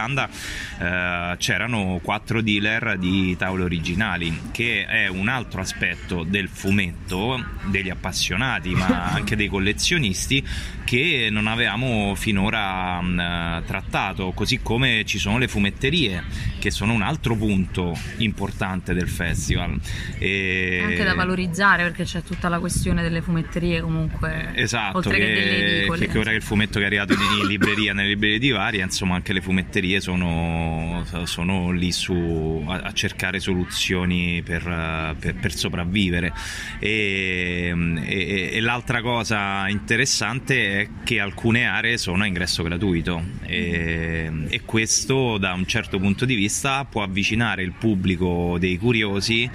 eh, c'erano quattro dealer di tavole originali, che è un altro aspetto del fumetto, degli appassionati ma anche dei collezionisti, che non avevamo finora mh, trattato, così come ci sono le fumetterie, che sono un altro punto importante del festival. E... anche da valorizzare, perché c'è tutta la questione delle fumetterie comunque, esatto, oltre che, che delle edicole. Che ora che il fumetto che è arrivato in libreria, nelle librerie di varia, insomma anche le fumetterie sono, sono lì su a, a cercare soluzioni per, per, per sopravvivere. E, e, e l'altra cosa interessante è che alcune aree sono a ingresso gratuito, e, e questo da un certo punto di vista può avvicinare il pubblico dei curiosi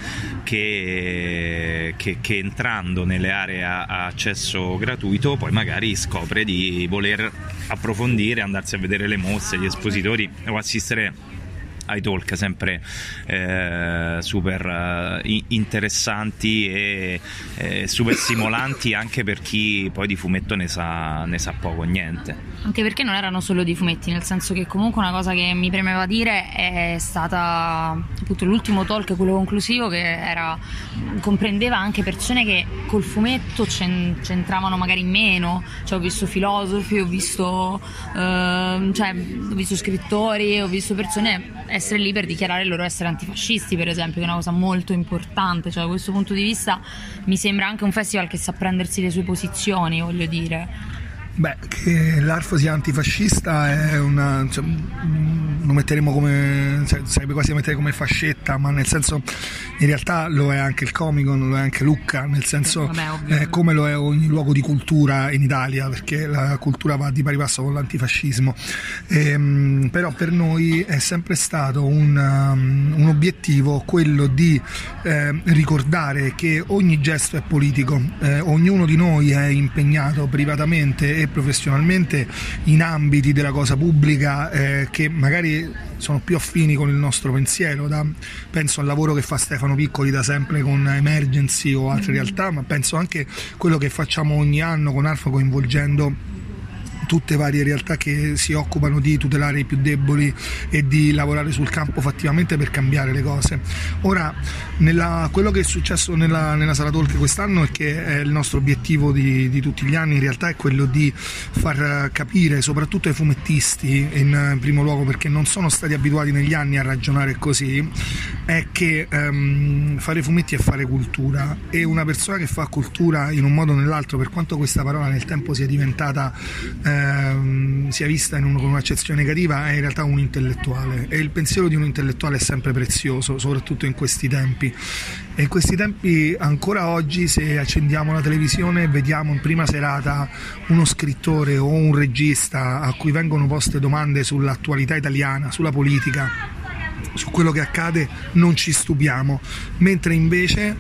che, che, che entrando nelle aree a, a accesso gratuito poi magari scopre di voler approfondire, andarsi a vedere le mostre, gli espositori o assistere ai talk sempre eh, super eh, interessanti e eh, super stimolanti, anche per chi poi di fumetto ne sa, ne sa poco o niente. Anche perché non erano solo di fumetti, nel senso che comunque una cosa che mi premeva dire è stata appunto l'ultimo talk, quello conclusivo, che era comprendeva anche persone che col fumetto c'entravano magari meno, cioè ho visto filosofi, ho visto eh, cioè ho visto scrittori, ho visto persone essere lì per dichiarare il loro essere antifascisti, per esempio, che è una cosa molto importante. Cioè da questo punto di vista mi sembra anche un festival che sa prendersi le sue posizioni, voglio dire. Beh, che l'A R F sia antifascista è una, cioè, lo metteremo come, cioè, sarebbe quasi da mettere come fascetta, ma nel senso, in realtà lo è anche il Comic-Con, lo è anche Lucca, nel senso, eh, come lo è ogni luogo di cultura in Italia, perché la cultura va di pari passo con l'antifascismo. E, però per noi è sempre stato un, um, un obiettivo quello di eh, ricordare che ogni gesto è politico, eh, ognuno di noi è impegnato privatamente e professionalmente in ambiti della cosa pubblica eh, che magari sono più affini con il nostro pensiero. Da, penso al lavoro che fa Stefano Piccoli da sempre con Emergency o altre realtà, ma penso anche a quello che facciamo ogni anno con A R F, coinvolgendo tutte varie realtà che si occupano di tutelare i più deboli e di lavorare sul campo fattivamente per cambiare le cose. Ora, nella, quello che è successo nella, nella Sala Talk quest'anno, e che è il nostro obiettivo di, di tutti gli anni, in realtà è quello di far capire soprattutto ai fumettisti, in primo luogo perché non sono stati abituati negli anni a ragionare così, è che um, fare fumetti è fare cultura, e una persona che fa cultura in un modo o nell'altro, per quanto questa parola nel tempo sia diventata eh, sia vista in un, con un'accezione negativa, è in realtà un intellettuale, e il pensiero di un intellettuale è sempre prezioso, soprattutto in questi tempi. E in questi tempi, ancora oggi, se accendiamo la televisione e vediamo in prima serata uno scrittore o un regista a cui vengono poste domande sull'attualità italiana, sulla politica, su quello che accade, non ci stupiamo, mentre invece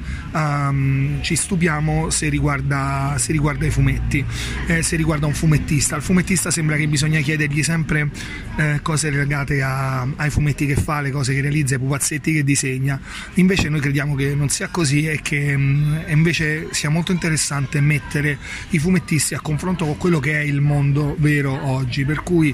um, ci stupiamo se riguarda, se riguarda i fumetti, eh, se riguarda un fumettista. Al fumettista sembra che bisogna chiedergli sempre eh, cose legate a, ai fumetti che fa, le cose che realizza, i pupazzetti che disegna. Invece noi crediamo che non sia così, e che um, invece sia molto interessante mettere i fumettisti a confronto con quello che è il mondo vero oggi, per cui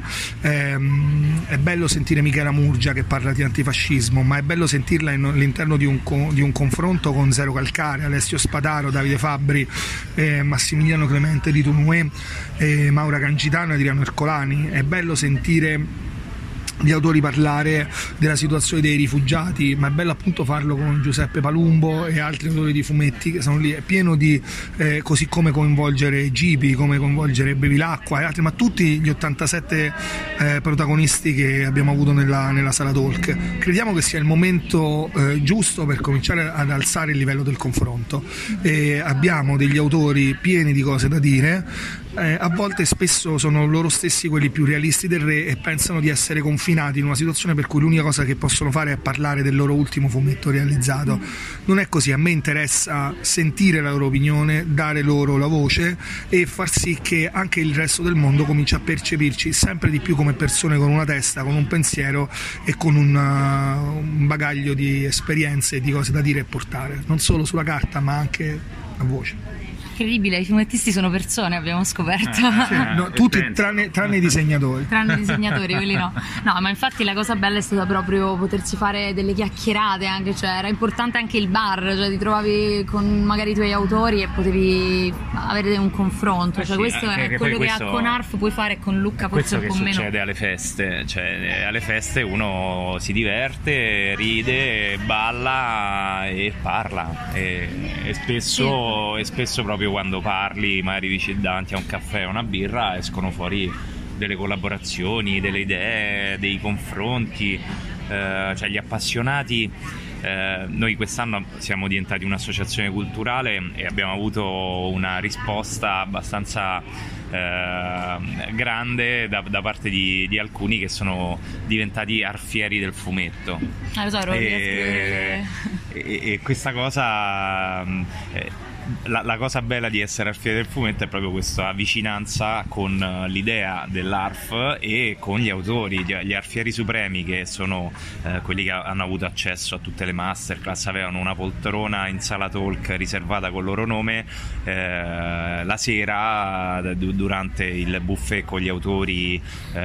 ehm, è bello sentire Michela Murgia che parla di antifascismo, ma è bello sentirla in, all'interno di un, di un confronto con Zero Calcare, Alessio Spadaro, Davide Fabbri, eh, Massimiliano Clemente di Tunue, eh, Maura Cangitano e Adriano Ercolani. È bello sentire gli autori parlare della situazione dei rifugiati, ma è bello appunto farlo con Giuseppe Palumbo e altri autori di fumetti che sono lì. È pieno di eh, così come coinvolgere Gibi, come coinvolgere Bevilacqua e altri, ma tutti gli ottantasette eh, protagonisti che abbiamo avuto nella, nella Sala Talk. Crediamo che sia il momento eh, giusto per cominciare ad alzare il livello del confronto, e abbiamo degli autori pieni di cose da dire. Eh, a volte spesso sono loro stessi quelli più realisti del re e pensano di essere confinati in una situazione per cui l'unica cosa che possono fare è parlare del loro ultimo fumetto realizzato. Non è così. A me interessa sentire la loro opinione, dare loro la voce e far sì che anche il resto del mondo cominci a percepirci sempre di più come persone con una testa, con un pensiero e con una, un bagaglio di esperienze e di cose da dire e portare, non solo sulla carta ma anche a voce. incredibile, i fumettisti sono persone, abbiamo scoperto. Eh, sì, no, tutti tranne, tranne i disegnatori. Tranne i disegnatori, quelli no. No, ma infatti la cosa bella è stata proprio potersi fare delle chiacchierate anche, cioè era importante anche il bar, cioè ti trovavi con magari i tuoi autori e potevi avere un confronto, cioè sì, questo è che quello questo, che con Arf puoi fare, con Lucca forse un po' meno. Questo che succede alle feste, cioè alle feste uno si diverte, ride, balla e parla e, e spesso sì. e spesso proprio quando parli magari dici davanti a un caffè o una birra escono fuori delle collaborazioni, delle idee, dei confronti, eh, cioè gli appassionati. Eh, noi quest'anno siamo diventati un'associazione culturale e abbiamo avuto una risposta abbastanza eh, grande da, da parte di, di alcuni che sono diventati arfieri del fumetto. Ah, lo so, ero e, e, e questa cosa eh, La, la cosa bella di essere arfiere del fumetto è proprio questa vicinanza con l'idea dell'A R F e con gli autori, gli, gli arfieri supremi, che sono eh, quelli che hanno avuto accesso a tutte le masterclass, avevano una poltrona in sala talk riservata col loro nome eh, la sera d- durante il buffet con gli autori,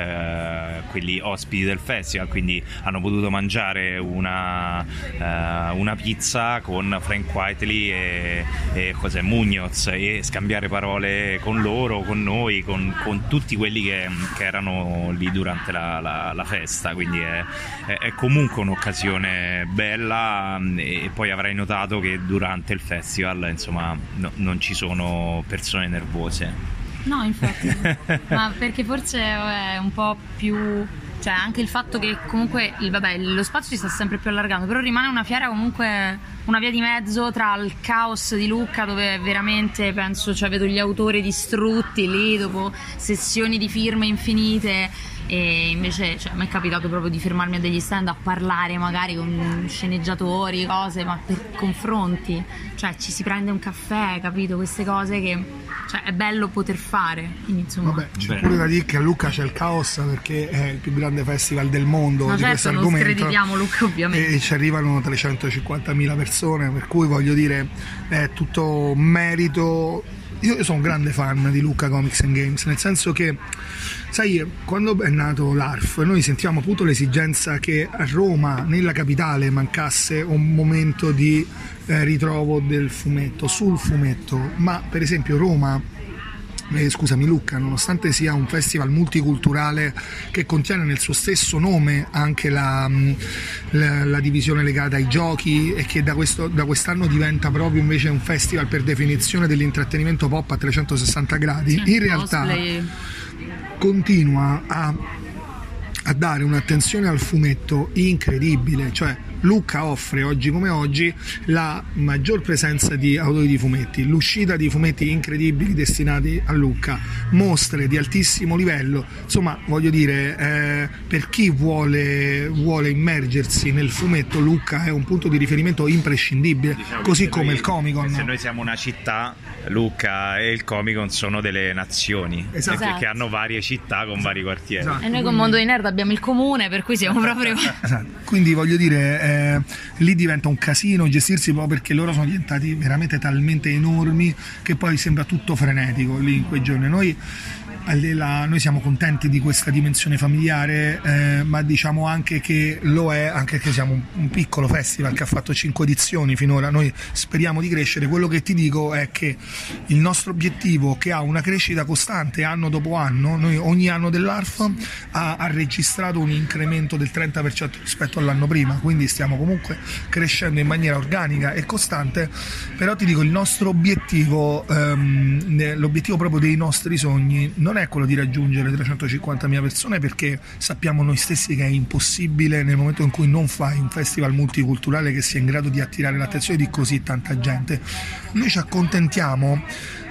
eh, quelli ospiti del festival, quindi hanno potuto mangiare una, eh, una pizza con Frank Whiteley e, e cos'è Munoz e scambiare parole con loro, con noi, con, con tutti quelli che, che erano lì durante la, la, la festa, quindi è, è, è comunque un'occasione bella. E poi avrai notato che durante il festival insomma no, non ci sono persone nervose. No, infatti ma perché forse è un po' più, cioè anche il fatto che comunque il, vabbè, lo spazio si sta sempre più allargando, però rimane una fiera comunque una via di mezzo tra il caos di Lucca, dove veramente penso, cioè vedo gli autori distrutti lì dopo sessioni di firme infinite, e invece cioè, mi è capitato proprio di fermarmi a degli stand a parlare magari con sceneggiatori, cose, ma per confronti, cioè ci si prende un caffè, capito? Queste cose che cioè, è bello poter fare. Quindi, insomma. Vabbè, c'è pure da dire che a Lucca c'è il caos perché è il più grande festival del mondo no, di certo, questo argomento. Non screditiamo Lucca ovviamente. E ci arrivano trecentocinquantamila persone, per cui voglio dire è tutto merito. Io sono un grande fan di Lucca Comics and Games, nel senso che, sai, quando è nato l'A R F noi sentivamo appunto l'esigenza che a Roma, nella capitale, mancasse un momento di eh, ritrovo del fumetto, sul fumetto, ma per esempio Roma Eh, scusami Lucca, nonostante sia un festival multiculturale che contiene nel suo stesso nome anche la, la, la divisione legata ai giochi e che da, questo, da quest'anno diventa proprio invece un festival per definizione dell'intrattenimento pop a trecentosessanta gradi, in realtà continua a, a dare un'attenzione al fumetto incredibile, cioè Lucca offre oggi come oggi la maggior presenza di autori di fumetti, l'uscita di fumetti incredibili destinati a Lucca, mostre di altissimo livello, insomma voglio dire eh, per chi vuole, vuole immergersi nel fumetto Lucca è un punto di riferimento imprescindibile, diciamo così come noi, il Comic Con. Se noi siamo una città, Lucca e il Comic Con sono delle nazioni, esatto. Che, che hanno varie città con vari quartieri, esatto. E noi con Mondo di Nerd abbiamo il comune, per cui siamo proprio esatto. Quindi voglio dire Eh, lì diventa un casino gestirsi proprio perché loro sono diventati veramente talmente enormi che poi sembra tutto frenetico lì in quei giorni. Noi La, noi siamo contenti di questa dimensione familiare, eh, ma diciamo anche che lo è anche che siamo un, un piccolo festival che ha fatto cinque edizioni finora. Noi speriamo di crescere. Quello che ti dico è che il nostro obiettivo, che ha una crescita costante anno dopo anno, noi ogni anno dell'A R F ha, ha registrato un incremento del trenta per cento rispetto all'anno prima, quindi stiamo comunque crescendo in maniera organica e costante. Però ti dico, il nostro obiettivo, ehm, l'obiettivo proprio dei nostri sogni non è quello di raggiungere trecentocinquantamila persone, perché sappiamo noi stessi che è impossibile nel momento in cui non fai un festival multiculturale che sia in grado di attirare l'attenzione di così tanta gente. Noi ci accontentiamo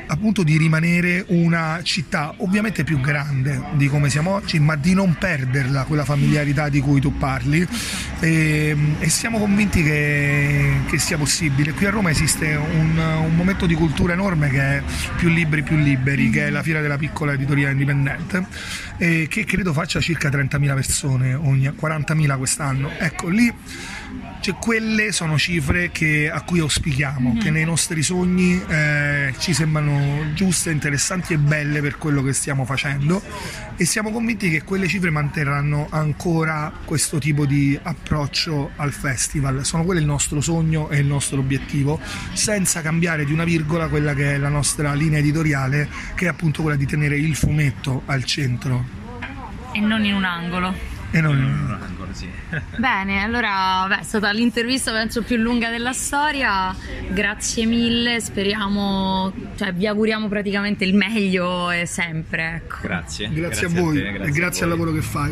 appunto di rimanere una città ovviamente più grande di come siamo oggi, ma di non perderla quella familiarità di cui tu parli, e, e siamo convinti che, che sia possibile. Qui a Roma esiste un, un momento di cultura enorme che è Più Libri Più Liberi, che è la fiera della piccola editoria indipendente, e che credo faccia circa trentamila persone, ogni quarantamila quest'anno. Ecco, lì, cioè, quelle sono cifre che, a cui auspichiamo, mm-hmm. che nei nostri sogni eh, ci sembrano giuste, interessanti e belle per quello che stiamo facendo, e siamo convinti che quelle cifre manterranno ancora questo tipo di approccio al festival. Sono quello il nostro sogno e il nostro obiettivo, senza cambiare di una virgola quella che è la nostra linea editoriale, che è appunto quella di tenere il fumetto al centro. E non in un angolo. E non in un angolo, sì. Bene, allora beh, è stata l'intervista penso più lunga della storia, grazie mille, speriamo, cioè vi auguriamo praticamente il meglio e sempre, ecco. Grazie. Grazie, grazie a voi a te, grazie e grazie al lavoro che fai.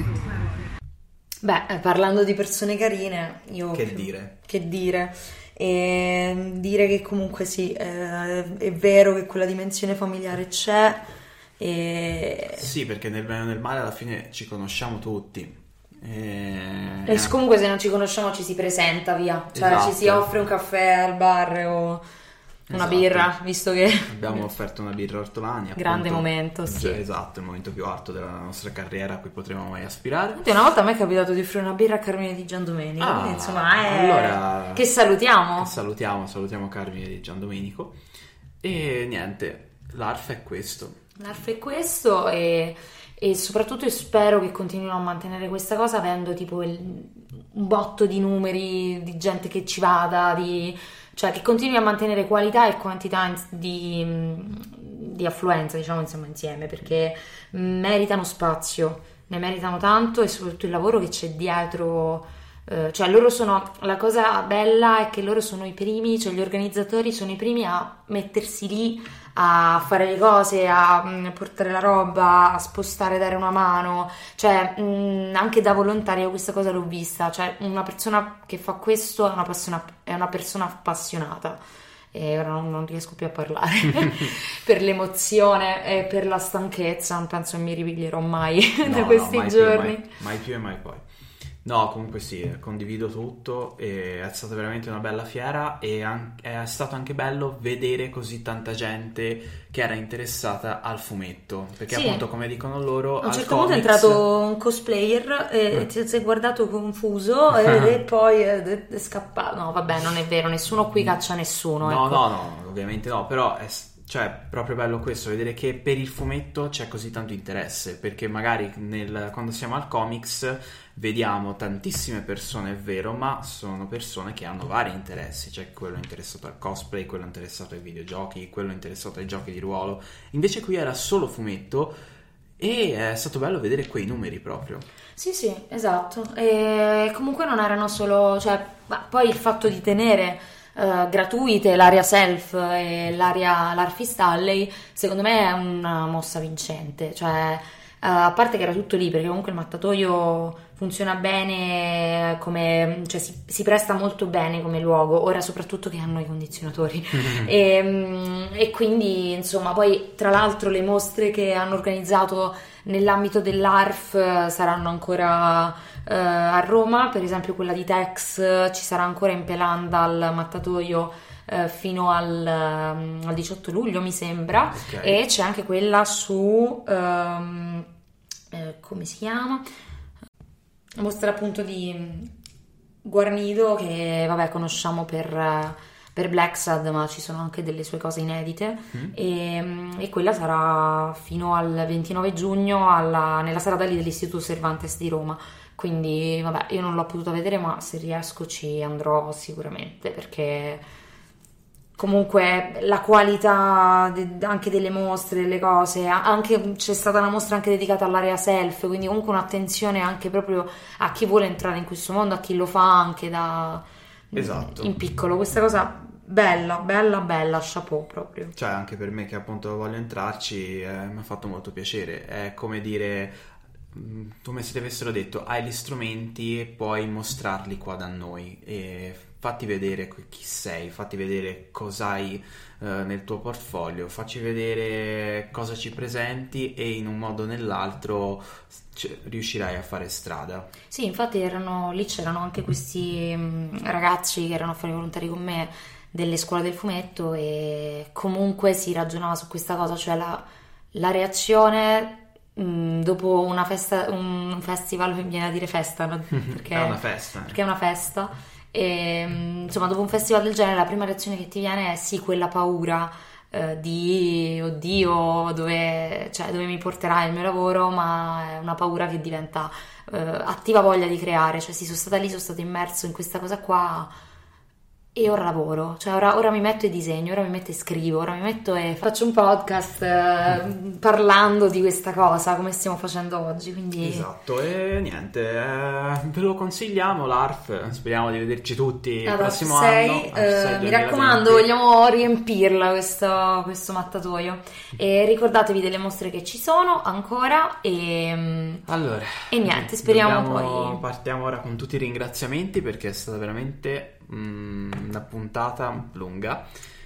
Beh, parlando di persone carine, io... Che dire? Che dire? E dire che comunque sì, eh, è vero che quella dimensione familiare c'è. E... Sì, perché nel bene e nel male alla fine ci conosciamo tutti. E, e comunque se non ci conosciamo ci si presenta, via, cioè esatto. ci si offre un caffè al bar o una esatto. birra, visto che abbiamo offerto una birra Ortolani, grande appunto, momento, sì. Esatto, il momento più alto della nostra carriera a cui potremo mai aspirare. Una volta a me è capitato di offrire una birra a Carmine Di Giandomenico, ah, quindi insomma è... allora, che salutiamo che salutiamo salutiamo Carmine Di Giandomenico. E niente, l'A R F è questo l'A R F è questo e, e soprattutto spero che continuino a mantenere questa cosa, avendo tipo il, un botto di numeri di gente che ci vada, di, cioè che continui a mantenere qualità e quantità di, di affluenza, diciamo, insomma, insieme, perché meritano spazio, ne meritano tanto, e soprattutto il lavoro che c'è dietro. Uh, cioè loro sono, la cosa bella è che loro sono i primi, cioè gli organizzatori sono i primi a mettersi lì a fare le cose, a mh, portare la roba, a spostare, dare una mano, cioè mh, anche da volontario questa cosa l'ho vista, cioè una persona che fa questo è una persona, è una persona appassionata. E ora non, non riesco più a parlare per l'emozione e per la stanchezza, non penso che mi ripiglierò mai no, da questi no, mai giorni più, mai, mai più e mai poi. No, comunque sì, condivido tutto, e è stata veramente una bella fiera, e an- è stato anche bello vedere così tanta gente che era interessata al fumetto, perché sì. appunto, come dicono loro, a un al certo comics... punto è entrato un cosplayer e mm. ti sei guardato confuso e, e poi è, è scappato. No, vabbè, non è vero, nessuno qui caccia nessuno. No, ecco. no, no, ovviamente no, però è... Cioè, proprio bello questo, vedere che per il fumetto c'è così tanto interesse, perché magari nel, quando siamo al comics vediamo tantissime persone, è vero, ma sono persone che hanno vari interessi, c'è quello interessato al cosplay, quello interessato ai videogiochi, quello interessato ai giochi di ruolo. Invece qui era solo fumetto, e è stato bello vedere quei numeri proprio. Sì, sì, esatto. E comunque non erano solo, cioè, ma poi il fatto di tenere Uh, gratuite l'area self e l'area l'Arfist Alley, secondo me è una mossa vincente, cioè uh, a parte che era tutto lì, perché comunque il mattatoio funziona bene, come, cioè si, si presta molto bene come luogo, ora soprattutto che hanno i condizionatori e, e quindi insomma, poi tra l'altro le mostre che hanno organizzato nell'ambito dell'A R F saranno ancora uh, a Roma, per esempio quella di Tex ci sarà ancora in Pelanda al mattatoio uh, fino al, um, al diciotto luglio mi sembra, okay. E c'è anche quella su um, eh, come si chiama? Mostra appunto di Guarnido, che vabbè conosciamo per, per Black Sad, ma ci sono anche delle sue cose inedite, mm. e, e quella sarà fino al ventinove giugno alla, nella sala Dalì dell'Istituto Cervantes di Roma, quindi vabbè io non l'ho potuta vedere, ma se riesco ci andrò sicuramente, perché comunque la qualità de- anche delle mostre, delle cose, anche c'è stata una mostra anche dedicata all'area self, quindi comunque un'attenzione anche proprio a chi vuole entrare in questo mondo, a chi lo fa anche da esatto. in piccolo. Questa cosa bella, bella, bella, chapeau proprio. Cioè anche per me che appunto voglio entrarci, eh, mi ha fatto molto piacere, è come dire, come se ti avessero detto hai gli strumenti e puoi mostrarli qua da noi, e fatti vedere chi sei, fatti vedere cosa hai eh, nel tuo portfolio, facci vedere cosa ci presenti e in un modo o nell'altro c- riuscirai a fare strada. Sì, infatti erano lì, c'erano anche questi mh, ragazzi che erano a fare volontari con me delle scuole del fumetto, e comunque si ragionava su questa cosa, cioè la, la reazione mh, dopo una festa, un festival, mi viene a dire festa, no? Perché è una festa. Perché è una festa. E, insomma, dopo un festival del genere la prima reazione che ti viene è sì, quella paura eh, di oddio, dove, cioè, dove mi porterà il mio lavoro, ma è una paura che diventa eh, attiva voglia di creare, cioè sì, sono stata lì, sono stata immerso in questa cosa qua e ora lavoro, cioè ora, ora mi metto e disegno, ora mi metto e scrivo, ora mi metto e faccio un podcast eh, parlando di questa cosa come stiamo facendo oggi, quindi... Esatto, e niente, eh, ve lo consigliamo l'A R F, speriamo di vederci tutti il allora, prossimo sei, anno. Eh, mi raccomando, vogliamo riempirla questo, questo mattatoio, e ricordatevi delle mostre che ci sono ancora, e, allora, e niente, speriamo dobbiamo, poi... Partiamo ora con tutti i ringraziamenti, perché è stata veramente... una puntata lunga.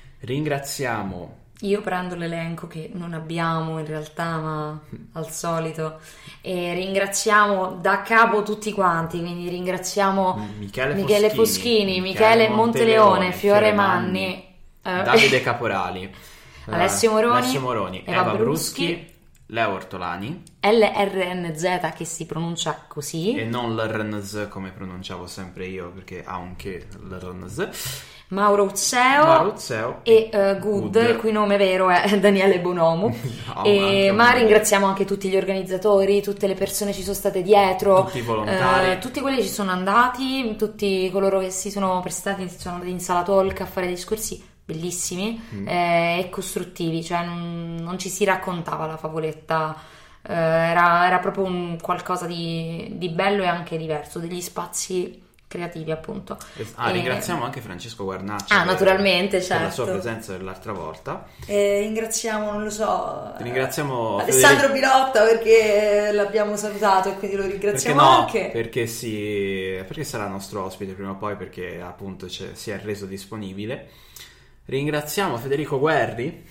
Ringraziamo, io prendo l'elenco che non abbiamo in realtà, ma al solito, e ringraziamo da capo tutti quanti, quindi ringraziamo Michele, Michele Foschini, Foschini, Michele Monteleone, Monteleone, Fiore Manni, Manni Davide Caporali, Alessio Moroni, Alessio Moroni Eva, Eva Bruschi, Bruschi, Leo Ortolani, L R N Z che si pronuncia così e non l'R N Z come pronunciavo sempre io, perché ha anche l'R N Z, Mauro Uzzeo, Mauro Uzzeo e uh, Good, Good, il cui nome vero è Daniele Bonomo. no, e, ma nome. ringraziamo anche tutti gli organizzatori, tutte le persone che ci sono state dietro, tutti i volontari, eh, tutti quelli che ci sono andati, tutti coloro che si sono prestati, si sono andati in sala talk a fare discorsi bellissimi mm. eh, e costruttivi, cioè non, non ci si raccontava la favoletta, eh, era, era proprio un qualcosa di, di bello e anche diverso, degli spazi creativi, appunto. Ah, e... ringraziamo anche Francesco Guarnacci. Ah, naturalmente, per certo. la sua presenza dell'altra volta. E ringraziamo, non lo so, ringraziamo Alessandro Federico... Pilotta, perché l'abbiamo salutato e quindi lo ringraziamo perché no, anche. Perché, si... perché sarà nostro ospite prima o poi, perché appunto si è reso disponibile. Ringraziamo Federico Guerri,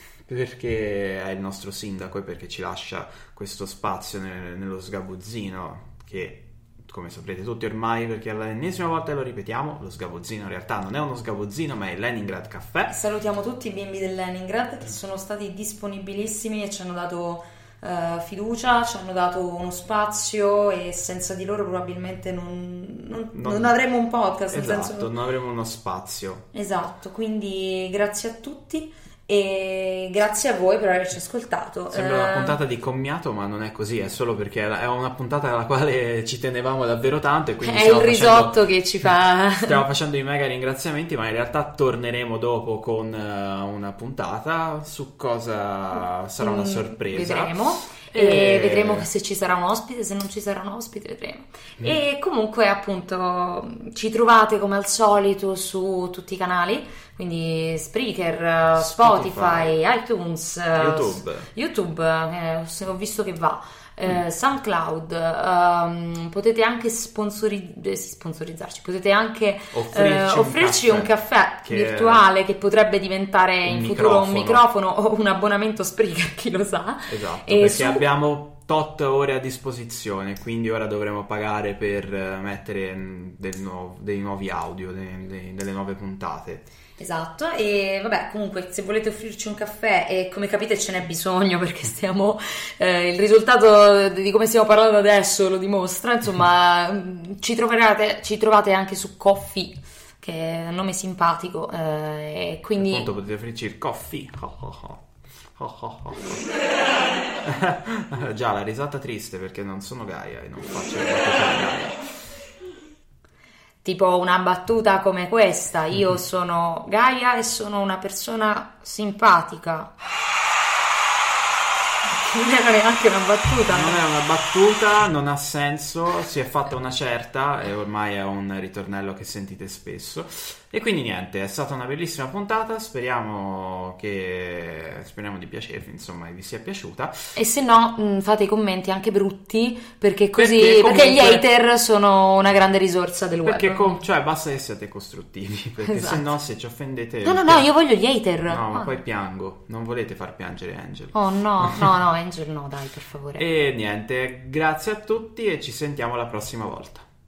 perché è il nostro sindaco e perché ci lascia questo spazio nel, nello sgabuzzino, che come saprete tutti ormai, perché all'ennesima volta lo ripetiamo, lo sgabuzzino in realtà non è uno sgabuzzino, ma è il Leningrad Caffè. Salutiamo tutti i bimbi del Leningrad che sono stati disponibilissimi e ci hanno dato uh, fiducia, ci hanno dato uno spazio, e senza di loro probabilmente non, non, non, non avremmo un podcast. Esatto, nel senso... non avremo uno spazio. Esatto, quindi grazie a tutti. E grazie a voi per averci ascoltato. Sembra una puntata di commiato, ma non è così, è solo perché è una puntata alla quale ci tenevamo davvero tanto, e quindi è il risotto facendo, che ci fa stiamo facendo i mega ringraziamenti, ma in realtà torneremo dopo con una puntata su cosa sarà una sorpresa. Vedremo. E... e vedremo se ci sarà un ospite, se non ci sarà un ospite vedremo. Mm. E comunque appunto ci trovate come al solito su tutti i canali, quindi Spreaker, Spotify, Spotify iTunes, YouTube, YouTube eh, ho visto che va, eh, mm. SoundCloud, um, potete anche sponsori- eh, sponsorizzarci, potete anche offrirci, eh, un, offrirci caffè un caffè che virtuale che potrebbe diventare in microfono. futuro un microfono o un abbonamento Spreaker, chi lo sa. Esatto, e perché su... abbiamo tot ore a disposizione, quindi ora dovremo pagare per mettere del nuovo, dei nuovi audio, dei, dei, delle nuove puntate. Esatto, e vabbè, comunque se volete offrirci un caffè, e come capite ce n'è bisogno, perché stiamo eh, il risultato di come stiamo parlando adesso lo dimostra, insomma ci troverete, ci trovate anche su Ko-fi, che è un nome simpatico, eh, e quindi appunto potete offrirci il coffee. Oh, oh, oh. Oh, oh, oh. Già, la risata triste, perché non sono Gaia e non faccio la battuta di Gaia. Tipo una battuta come questa: io sono Gaia e sono una persona simpatica. Non era neanche una battuta. Non è una battuta, non ha senso, si è fatta una certa e ormai è un ritornello che sentite spesso. E quindi niente, è stata una bellissima puntata, speriamo che speriamo di piacervi, insomma, che vi sia piaciuta. E se no, mh, fate i commenti anche brutti, perché così Perché, comunque, perché gli hater sono una grande risorsa del web. Perché com- cioè basta che siate costruttivi, perché Esatto. se no se ci offendete... No, no, no, io voglio gli hater. No, ma Ah. poi piango, non volete far piangere Angel. Oh no, no, no, Angel no, dai, per favore. E niente, grazie a tutti e ci sentiamo la prossima volta.